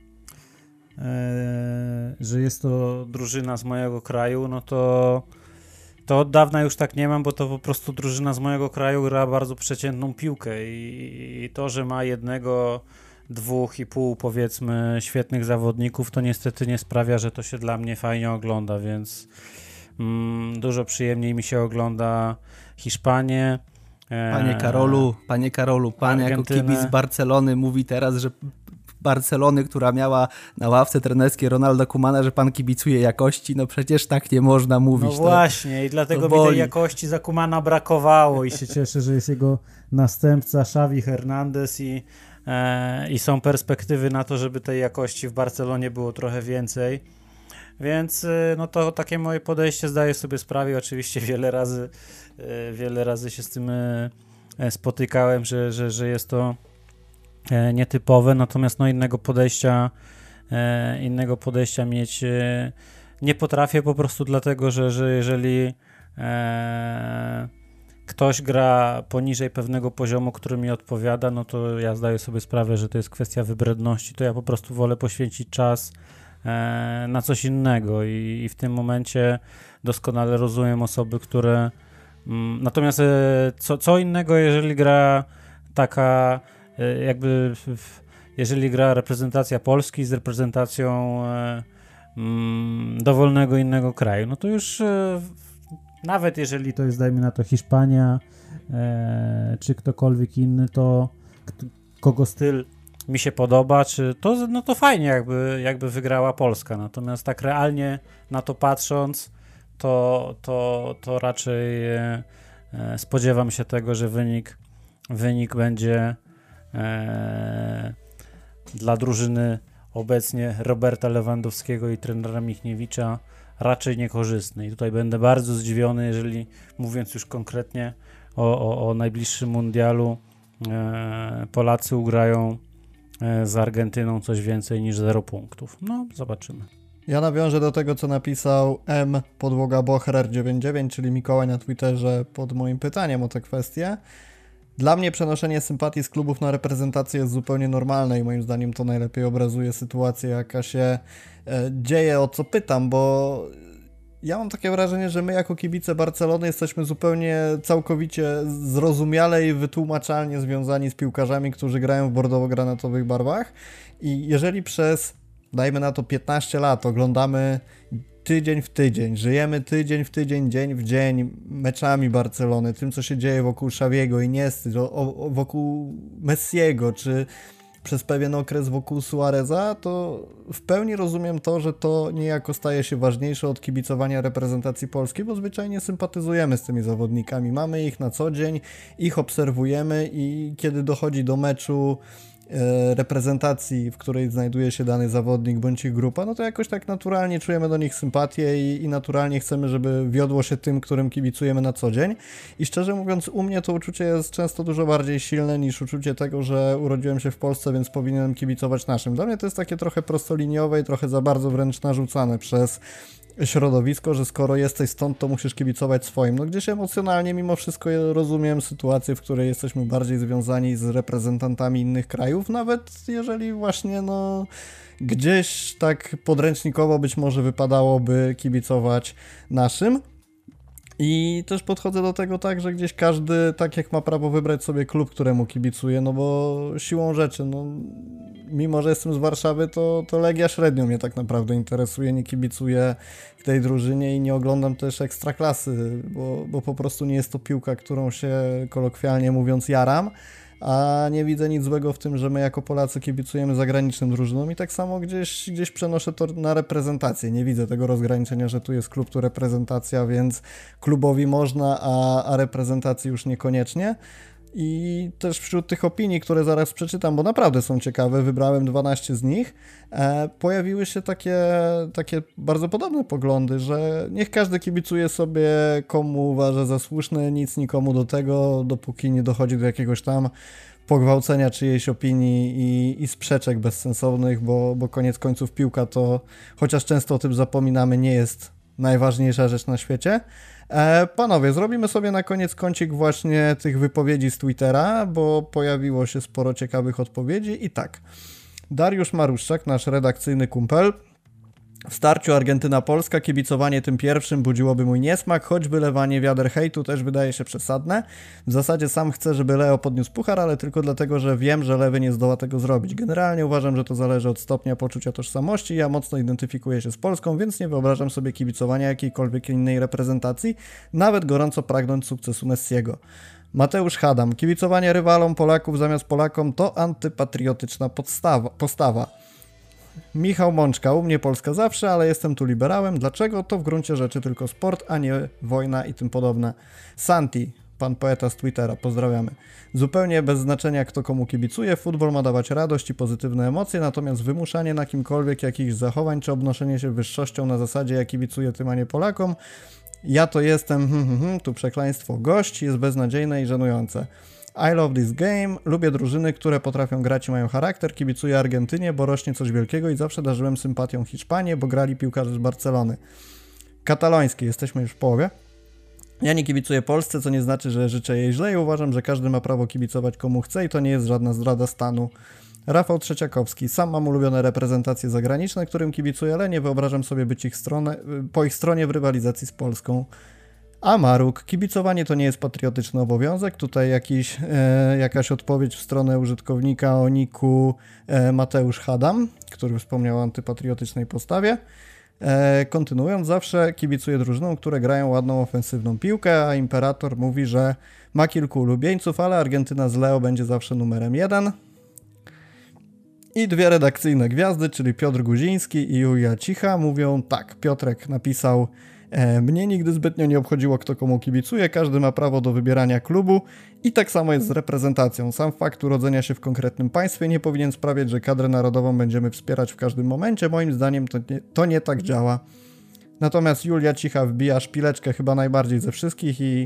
e, że jest to drużyna z mojego kraju, no to to od dawna już tak nie mam, bo to po prostu drużyna z mojego kraju gra bardzo przeciętną piłkę i, i to, że ma jednego dwóch i pół powiedzmy świetnych zawodników, to niestety nie sprawia, że to się dla mnie fajnie ogląda, więc mm, dużo przyjemniej mi się ogląda Hiszpanię. E, panie Karolu, panie Karolu, pan Argentynę. Jako kibic Barcelony mówi teraz, że Barcelony, która miała na ławce trenerskiej Ronalda Koemana, że pan kibicuje jakości, no przecież tak nie można mówić. No właśnie to, i dlatego mi tej jakości za Koemana brakowało i się cieszę, że jest jego następca Xavi Hernandez i i są perspektywy na to, żeby tej jakości w Barcelonie było trochę więcej, więc no to takie moje podejście, zdaję sobie sprawę, oczywiście wiele razy wiele razy się z tym spotykałem, że, że, że jest to nietypowe, natomiast no innego podejścia innego podejścia mieć nie potrafię po prostu dlatego, że, że jeżeli e, ktoś gra poniżej pewnego poziomu, który mi odpowiada, no to ja zdaję sobie sprawę, że to jest kwestia wybredności, to ja po prostu wolę poświęcić czas e, na coś innego i, i w tym momencie doskonale rozumiem osoby, które mm, natomiast e, co, co innego, jeżeli gra taka e, jakby w, jeżeli gra reprezentacja Polski z reprezentacją e, mm, dowolnego innego kraju, no to już e, nawet jeżeli to jest, dajmy na to, Hiszpania e, czy ktokolwiek inny, to k- kogo styl mi się podoba, czy to, no to fajnie jakby, jakby wygrała Polska. Natomiast tak realnie na to patrząc, to, to, to raczej e, spodziewam się tego, że wynik, wynik będzie e, dla drużyny obecnie Roberta Lewandowskiego i trenera Michniewicza raczej niekorzystny. I tutaj będę bardzo zdziwiony, jeżeli, mówiąc już konkretnie o, o, o najbliższym mundialu, e, Polacy ugrają e, z Argentyną coś więcej niż zero punktów. No, zobaczymy. Ja nawiążę do tego, co napisał M podłoga Bocher dziewięćdziesiąt dziewięć, czyli Mikołaj na Twitterze pod moim pytaniem o tę kwestię. Dla mnie przenoszenie sympatii z klubów na reprezentację jest zupełnie normalne i moim zdaniem to najlepiej obrazuje sytuację, jaka się e, dzieje, o co pytam, bo ja mam takie wrażenie, że my jako kibice Barcelony jesteśmy zupełnie całkowicie zrozumiale i wytłumaczalnie związani z piłkarzami, którzy grają w bordowo-granatowych barwach i jeżeli przez, dajmy na to piętnaście lat, oglądamy tydzień w tydzień, żyjemy tydzień w tydzień, dzień w dzień meczami Barcelony, tym co się dzieje wokół Xaviego, Iniesty, wokół Messiego, czy przez pewien okres wokół Suareza, to w pełni rozumiem to, że to niejako staje się ważniejsze od kibicowania reprezentacji Polski, bo zwyczajnie sympatyzujemy z tymi zawodnikami, mamy ich na co dzień, ich obserwujemy i kiedy dochodzi do meczu reprezentacji, w której znajduje się dany zawodnik bądź ich grupa, no to jakoś tak naturalnie czujemy do nich sympatię i, i naturalnie chcemy, żeby wiodło się tym, którym kibicujemy na co dzień. I szczerze mówiąc, u mnie to uczucie jest często dużo bardziej silne niż uczucie tego, że urodziłem się w Polsce, więc powinienem kibicować naszym. Dla mnie to jest takie trochę prostoliniowe i trochę za bardzo wręcz narzucane przez środowisko, że skoro jesteś stąd, to musisz kibicować swoim. No gdzieś emocjonalnie mimo wszystko rozumiem sytuację, w której jesteśmy bardziej związani z reprezentantami innych krajów, nawet jeżeli właśnie no gdzieś tak podręcznikowo być może wypadałoby kibicować naszym. I też podchodzę do tego tak, że gdzieś każdy tak jak ma prawo wybrać sobie klub, któremu kibicuje, no bo siłą rzeczy, no mimo, że jestem z Warszawy, to, to Legia średnio mnie tak naprawdę interesuje, nie kibicuję w tej drużynie i nie oglądam też Ekstraklasy, bo, bo po prostu nie jest to piłka, którą się kolokwialnie mówiąc jaram, a nie widzę nic złego w tym, że my jako Polacy kibicujemy zagranicznym drużynom i tak samo gdzieś, gdzieś przenoszę to na reprezentację. Nie widzę tego rozgraniczenia, że tu jest klub, tu reprezentacja, więc klubowi można, a, a reprezentacji już niekoniecznie. I też wśród tych opinii, które zaraz przeczytam, bo naprawdę są ciekawe, wybrałem dwanaście z nich, e, pojawiły się takie, takie bardzo podobne poglądy, że niech każdy kibicuje sobie, komu uważa za słuszne, nic nikomu do tego, dopóki nie dochodzi do jakiegoś tam pogwałcenia czyjejś opinii i, i sprzeczek bezsensownych, bo, bo koniec końców piłka to, chociaż często o tym zapominamy, nie jest najważniejsza rzecz na świecie. E, panowie, zrobimy sobie na koniec kącik właśnie tych wypowiedzi z Twittera, bo pojawiło się sporo ciekawych odpowiedzi i tak. Dariusz Maruszczak, nasz redakcyjny kumpel. W starciu Argentyna-Polska kibicowanie tym pierwszym budziłoby mój niesmak, choć wylewanie wiader hejtu też wydaje się przesadne. W zasadzie sam chcę, żeby Leo podniósł puchar, ale tylko dlatego, że wiem, że lewy nie zdoła tego zrobić. Generalnie uważam, że to zależy od stopnia poczucia tożsamości. Ja mocno identyfikuję się z Polską, więc nie wyobrażam sobie kibicowania jakiejkolwiek innej reprezentacji, nawet gorąco pragnąc sukcesu Messiego. Mateusz Hadam. Kibicowanie rywalom Polaków zamiast Polakom to antypatriotyczna podstawa, postawa. Michał Mączka, u mnie Polska zawsze, ale jestem tu liberałem. Dlaczego? To w gruncie rzeczy tylko sport, a nie wojna i tym podobne. Santi, pan poeta z Twittera, pozdrawiamy. Zupełnie bez znaczenia kto komu kibicuje, futbol ma dawać radość i pozytywne emocje, natomiast wymuszanie na kimkolwiek jakichś zachowań czy obnoszenie się wyższością na zasadzie ja kibicuję tym, a nie Polakom, ja to jestem, hmm, hmm, hmm, tu przekleństwo, gość jest beznadziejne i żenujące. I love this game, lubię drużyny, które potrafią grać i mają charakter, kibicuję Argentynie, bo rośnie coś wielkiego i zawsze darzyłem sympatią Hiszpanię, bo grali piłkarze z Barcelony. Kataloński, jesteśmy już w połowie. Ja nie kibicuję Polsce, co nie znaczy, że życzę jej źle i uważam, że każdy ma prawo kibicować komu chce i to nie jest żadna zdrada stanu. Rafał Trzeciakowski, sam mam ulubione reprezentacje zagraniczne, którym kibicuję, ale nie wyobrażam sobie być ich stronę, po ich stronie w rywalizacji z Polską. A Maruk, kibicowanie to nie jest patriotyczny obowiązek, tutaj jakiś, e, jakaś odpowiedź w stronę użytkownika o niku e, Mateusz Hadam, który wspomniał o antypatriotycznej postawie. E, kontynuując, zawsze kibicuję drużynom, które grają ładną, ofensywną piłkę, a Imperator mówi, że ma kilku ulubieńców, ale Argentyna z Leo będzie zawsze numerem jeden. I dwie redakcyjne gwiazdy, czyli Piotr Guziński i Julia Cicha, mówią tak, Piotrek napisał: E, mnie nigdy zbytnio nie obchodziło, kto komu kibicuje, każdy ma prawo do wybierania klubu i tak samo jest z reprezentacją. Sam fakt urodzenia się w konkretnym państwie nie powinien sprawiać, że kadrę narodową będziemy wspierać w każdym momencie. Moim zdaniem to nie, to nie tak działa. Natomiast Julia Cicha wbija szpileczkę chyba najbardziej ze wszystkich i,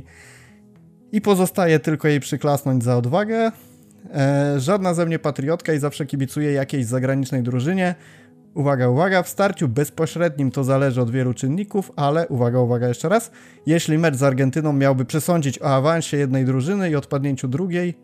i pozostaje tylko jej przyklasnąć za odwagę. E, żadna ze mnie patriotka i zawsze kibicuję jakiejś zagranicznej drużynie. Uwaga, uwaga, w starciu bezpośrednim to zależy od wielu czynników, ale uwaga, uwaga jeszcze raz, jeśli mecz z Argentyną miałby przesądzić o awansie jednej drużyny i odpadnięciu drugiej,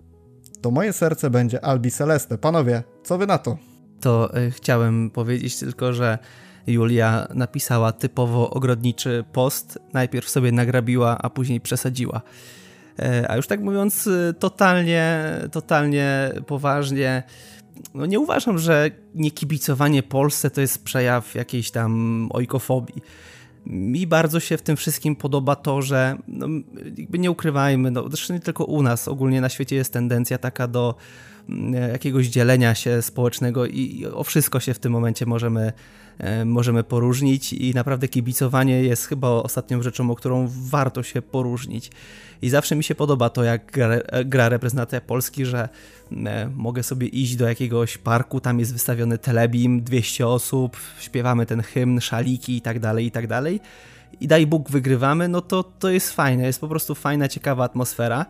to moje serce będzie Albi Celeste. Panowie, co wy na to? To y, chciałem powiedzieć tylko, że Julia napisała typowo ogrodniczy post, najpierw sobie nagrabiła, a później przesadziła. Y, a już tak mówiąc y, totalnie, totalnie poważnie, no nie uważam, że niekibicowanie Polsce to jest przejaw jakiejś tam ojkofobii. Mi bardzo się w tym wszystkim podoba to, że no, jakby nie ukrywajmy, no, zresztą nie tylko u nas, ogólnie na świecie jest tendencja taka do jakiegoś dzielenia się społecznego i o wszystko się w tym momencie możemy, możemy poróżnić i naprawdę kibicowanie jest chyba ostatnią rzeczą, o którą warto się poróżnić. I zawsze mi się podoba to, jak gra, gra reprezentacja Polski, że mogę sobie iść do jakiegoś parku, tam jest wystawiony telebim, dwieście osób, śpiewamy ten hymn, szaliki i tak dalej, i tak dalej. I daj Bóg wygrywamy, no to to jest fajne, jest po prostu fajna, ciekawa atmosfera.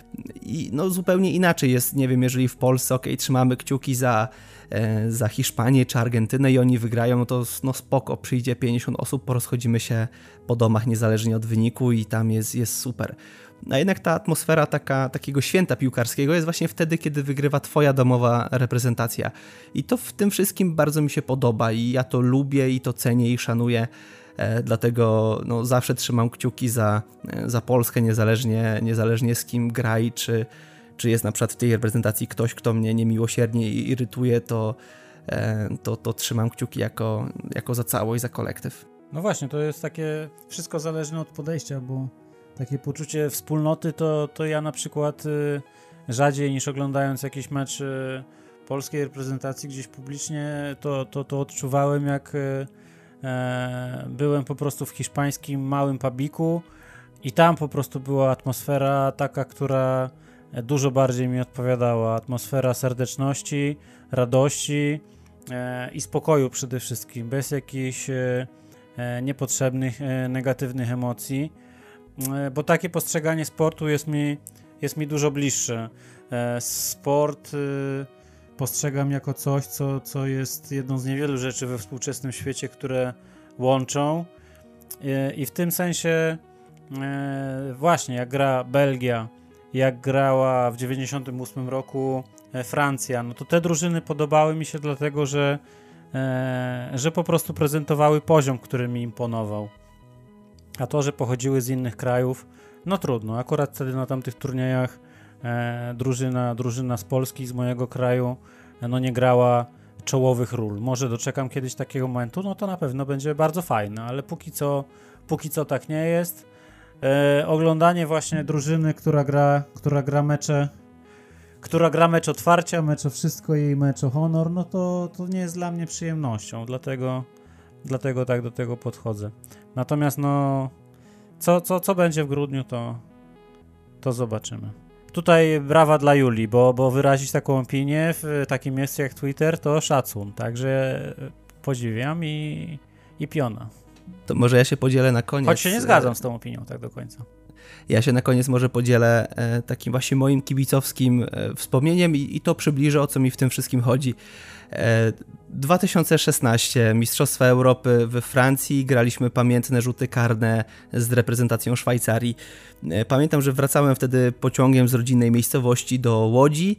I no zupełnie inaczej jest, nie wiem, jeżeli w Polsce, okej, okay, trzymamy kciuki za, e, za Hiszpanię czy Argentynę i oni wygrają, no to no spoko, przyjdzie pięćdziesiąt osób, porozchodzimy się po domach niezależnie od wyniku i tam jest, jest super. A jednak ta atmosfera taka, takiego święta piłkarskiego jest właśnie wtedy, kiedy wygrywa twoja domowa reprezentacja. I to w tym wszystkim bardzo mi się podoba i ja to lubię i to cenię i szanuję. E, dlatego no, zawsze trzymam kciuki za, za Polskę, niezależnie, niezależnie z kim gra i czy, czy jest na przykład w tej reprezentacji ktoś, kto mnie niemiłosiernie irytuje, to, e, to, to trzymam kciuki jako, jako za całość, za kolektyw. No właśnie, to jest takie wszystko zależne od podejścia, bo takie poczucie wspólnoty to, to ja na przykład y, rzadziej niż oglądając jakiś mecz polskiej reprezentacji gdzieś publicznie, to, to, to odczuwałem, jak e, byłem po prostu w hiszpańskim małym pubiku i tam po prostu była atmosfera taka, która dużo bardziej mi odpowiadała. Atmosfera serdeczności, radości e, i spokoju przede wszystkim, bez jakichś e, niepotrzebnych, e, negatywnych emocji, e, bo takie postrzeganie sportu jest mi, jest mi dużo bliższe. E, sport e, postrzegam jako coś, co, co jest jedną z niewielu rzeczy we współczesnym świecie, które łączą e, i w tym sensie e, właśnie jak gra Belgia, jak grała w dziewięćdziesiątym ósmym roku Francja, no to te drużyny podobały mi się dlatego, że, e, że po prostu prezentowały poziom, który mi imponował. A to, że pochodziły z innych krajów, no trudno. Akurat wtedy na tamtych turniejach e, drużyna, drużyna z Polski, z mojego kraju, e, no nie grała czołowych ról. Może doczekam kiedyś takiego momentu, no to na pewno będzie bardzo fajne, ale póki co, póki co tak nie jest. E, oglądanie właśnie drużyny, która gra, która gra mecze, która gra mecz otwarcia, mecz o wszystko i mecz o honor, no to, to nie jest dla mnie przyjemnością, dlatego, dlatego tak do tego podchodzę. Natomiast no, co, co, co będzie w grudniu, to, to zobaczymy. Tutaj brawa dla Julii, bo, bo wyrazić taką opinię w takim miejscu jak Twitter to szacun, także podziwiam i, i piona. To może ja się podzielę na koniec. Choć się nie zgadzam z tą opinią tak do końca. Ja się na koniec może podzielę e, takim właśnie moim kibicowskim e, wspomnieniem i, i to przybliżę, o co mi w tym wszystkim chodzi. E, dwa tysiące szesnaście Mistrzostwa Europy we Francji, graliśmy pamiętne rzuty karne z reprezentacją Szwajcarii. E, pamiętam, że wracałem wtedy pociągiem z rodzinnej miejscowości do Łodzi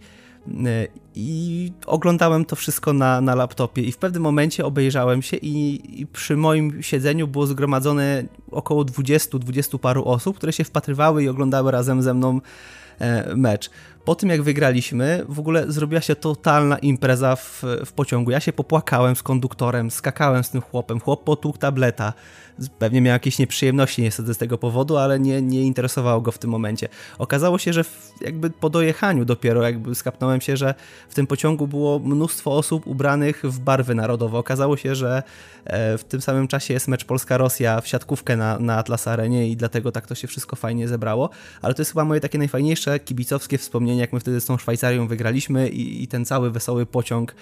i oglądałem to wszystko na, na laptopie i w pewnym momencie obejrzałem się i, i przy moim siedzeniu było zgromadzone około dwudziestu, dwudziestu paru osób, które się wpatrywały i oglądały razem ze mną e, mecz. Po tym jak wygraliśmy, w ogóle zrobiła się totalna impreza w, w pociągu. Ja się popłakałem z konduktorem, skakałem z tym chłopem, chłop potłukł tableta. Pewnie miał jakieś nieprzyjemności niestety z tego powodu, ale nie, nie interesowało go w tym momencie. Okazało się, że w, jakby po dojechaniu dopiero jakby skapnąłem się, że w tym pociągu było mnóstwo osób ubranych w barwy narodowe. Okazało się, że e, w tym samym czasie jest mecz Polska-Rosja w siatkówkę na, na Atlas Arenie i dlatego tak to się wszystko fajnie zebrało. Ale to jest chyba moje takie najfajniejsze kibicowskie wspomnienie, jak my wtedy z tą Szwajcarią wygraliśmy i, i ten cały wesoły pociąg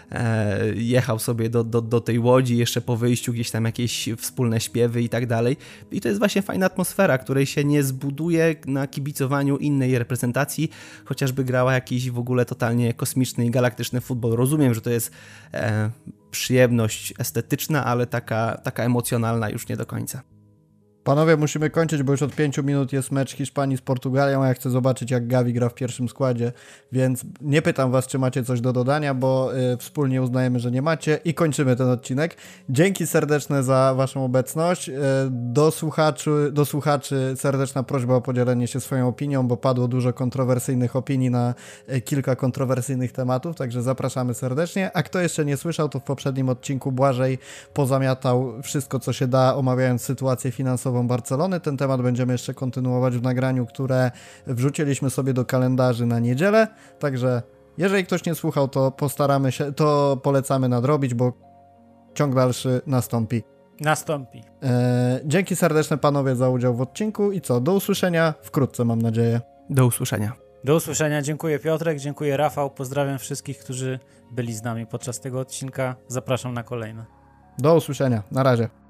e, jechał sobie do, do, do tej Łodzi, jeszcze po wyjściu gdzieś tam jakieś wspólne śpiewy i tak dalej. I to jest właśnie fajna atmosfera, której się nie zbuduje na kibicowaniu innej reprezentacji, chociażby grała jakiś w ogóle totalnie kosmiczny i galaktyczny futbol. Rozumiem, że to jest e, przyjemność estetyczna, ale taka, taka emocjonalna już nie do końca. Panowie, musimy kończyć, bo już od pięciu minut jest mecz Hiszpanii z Portugalią, a ja chcę zobaczyć, jak Gavi gra w pierwszym składzie, więc nie pytam was, czy macie coś do dodania, bo y, wspólnie uznajemy, że nie macie i kończymy ten odcinek. Dzięki serdeczne za waszą obecność. Y, do, słuchaczy, do słuchaczy serdeczna prośba o podzielenie się swoją opinią, bo padło dużo kontrowersyjnych opinii na y, kilka kontrowersyjnych tematów, także zapraszamy serdecznie. A kto jeszcze nie słyszał, to w poprzednim odcinku Błażej pozamiatał wszystko, co się da, omawiając sytuację finansową Barcelony. Ten temat będziemy jeszcze kontynuować w nagraniu, które wrzuciliśmy sobie do kalendarzy na niedzielę, także jeżeli ktoś nie słuchał, to postaramy się, to polecamy nadrobić, bo ciąg dalszy nastąpi. Nastąpi. E, dzięki serdeczne panowie za udział w odcinku i co, do usłyszenia wkrótce, mam nadzieję. Do usłyszenia. Do usłyszenia. Dziękuję Piotrek, dziękuję Rafał, pozdrawiam wszystkich, którzy byli z nami podczas tego odcinka. Zapraszam na kolejne. Do usłyszenia, na razie.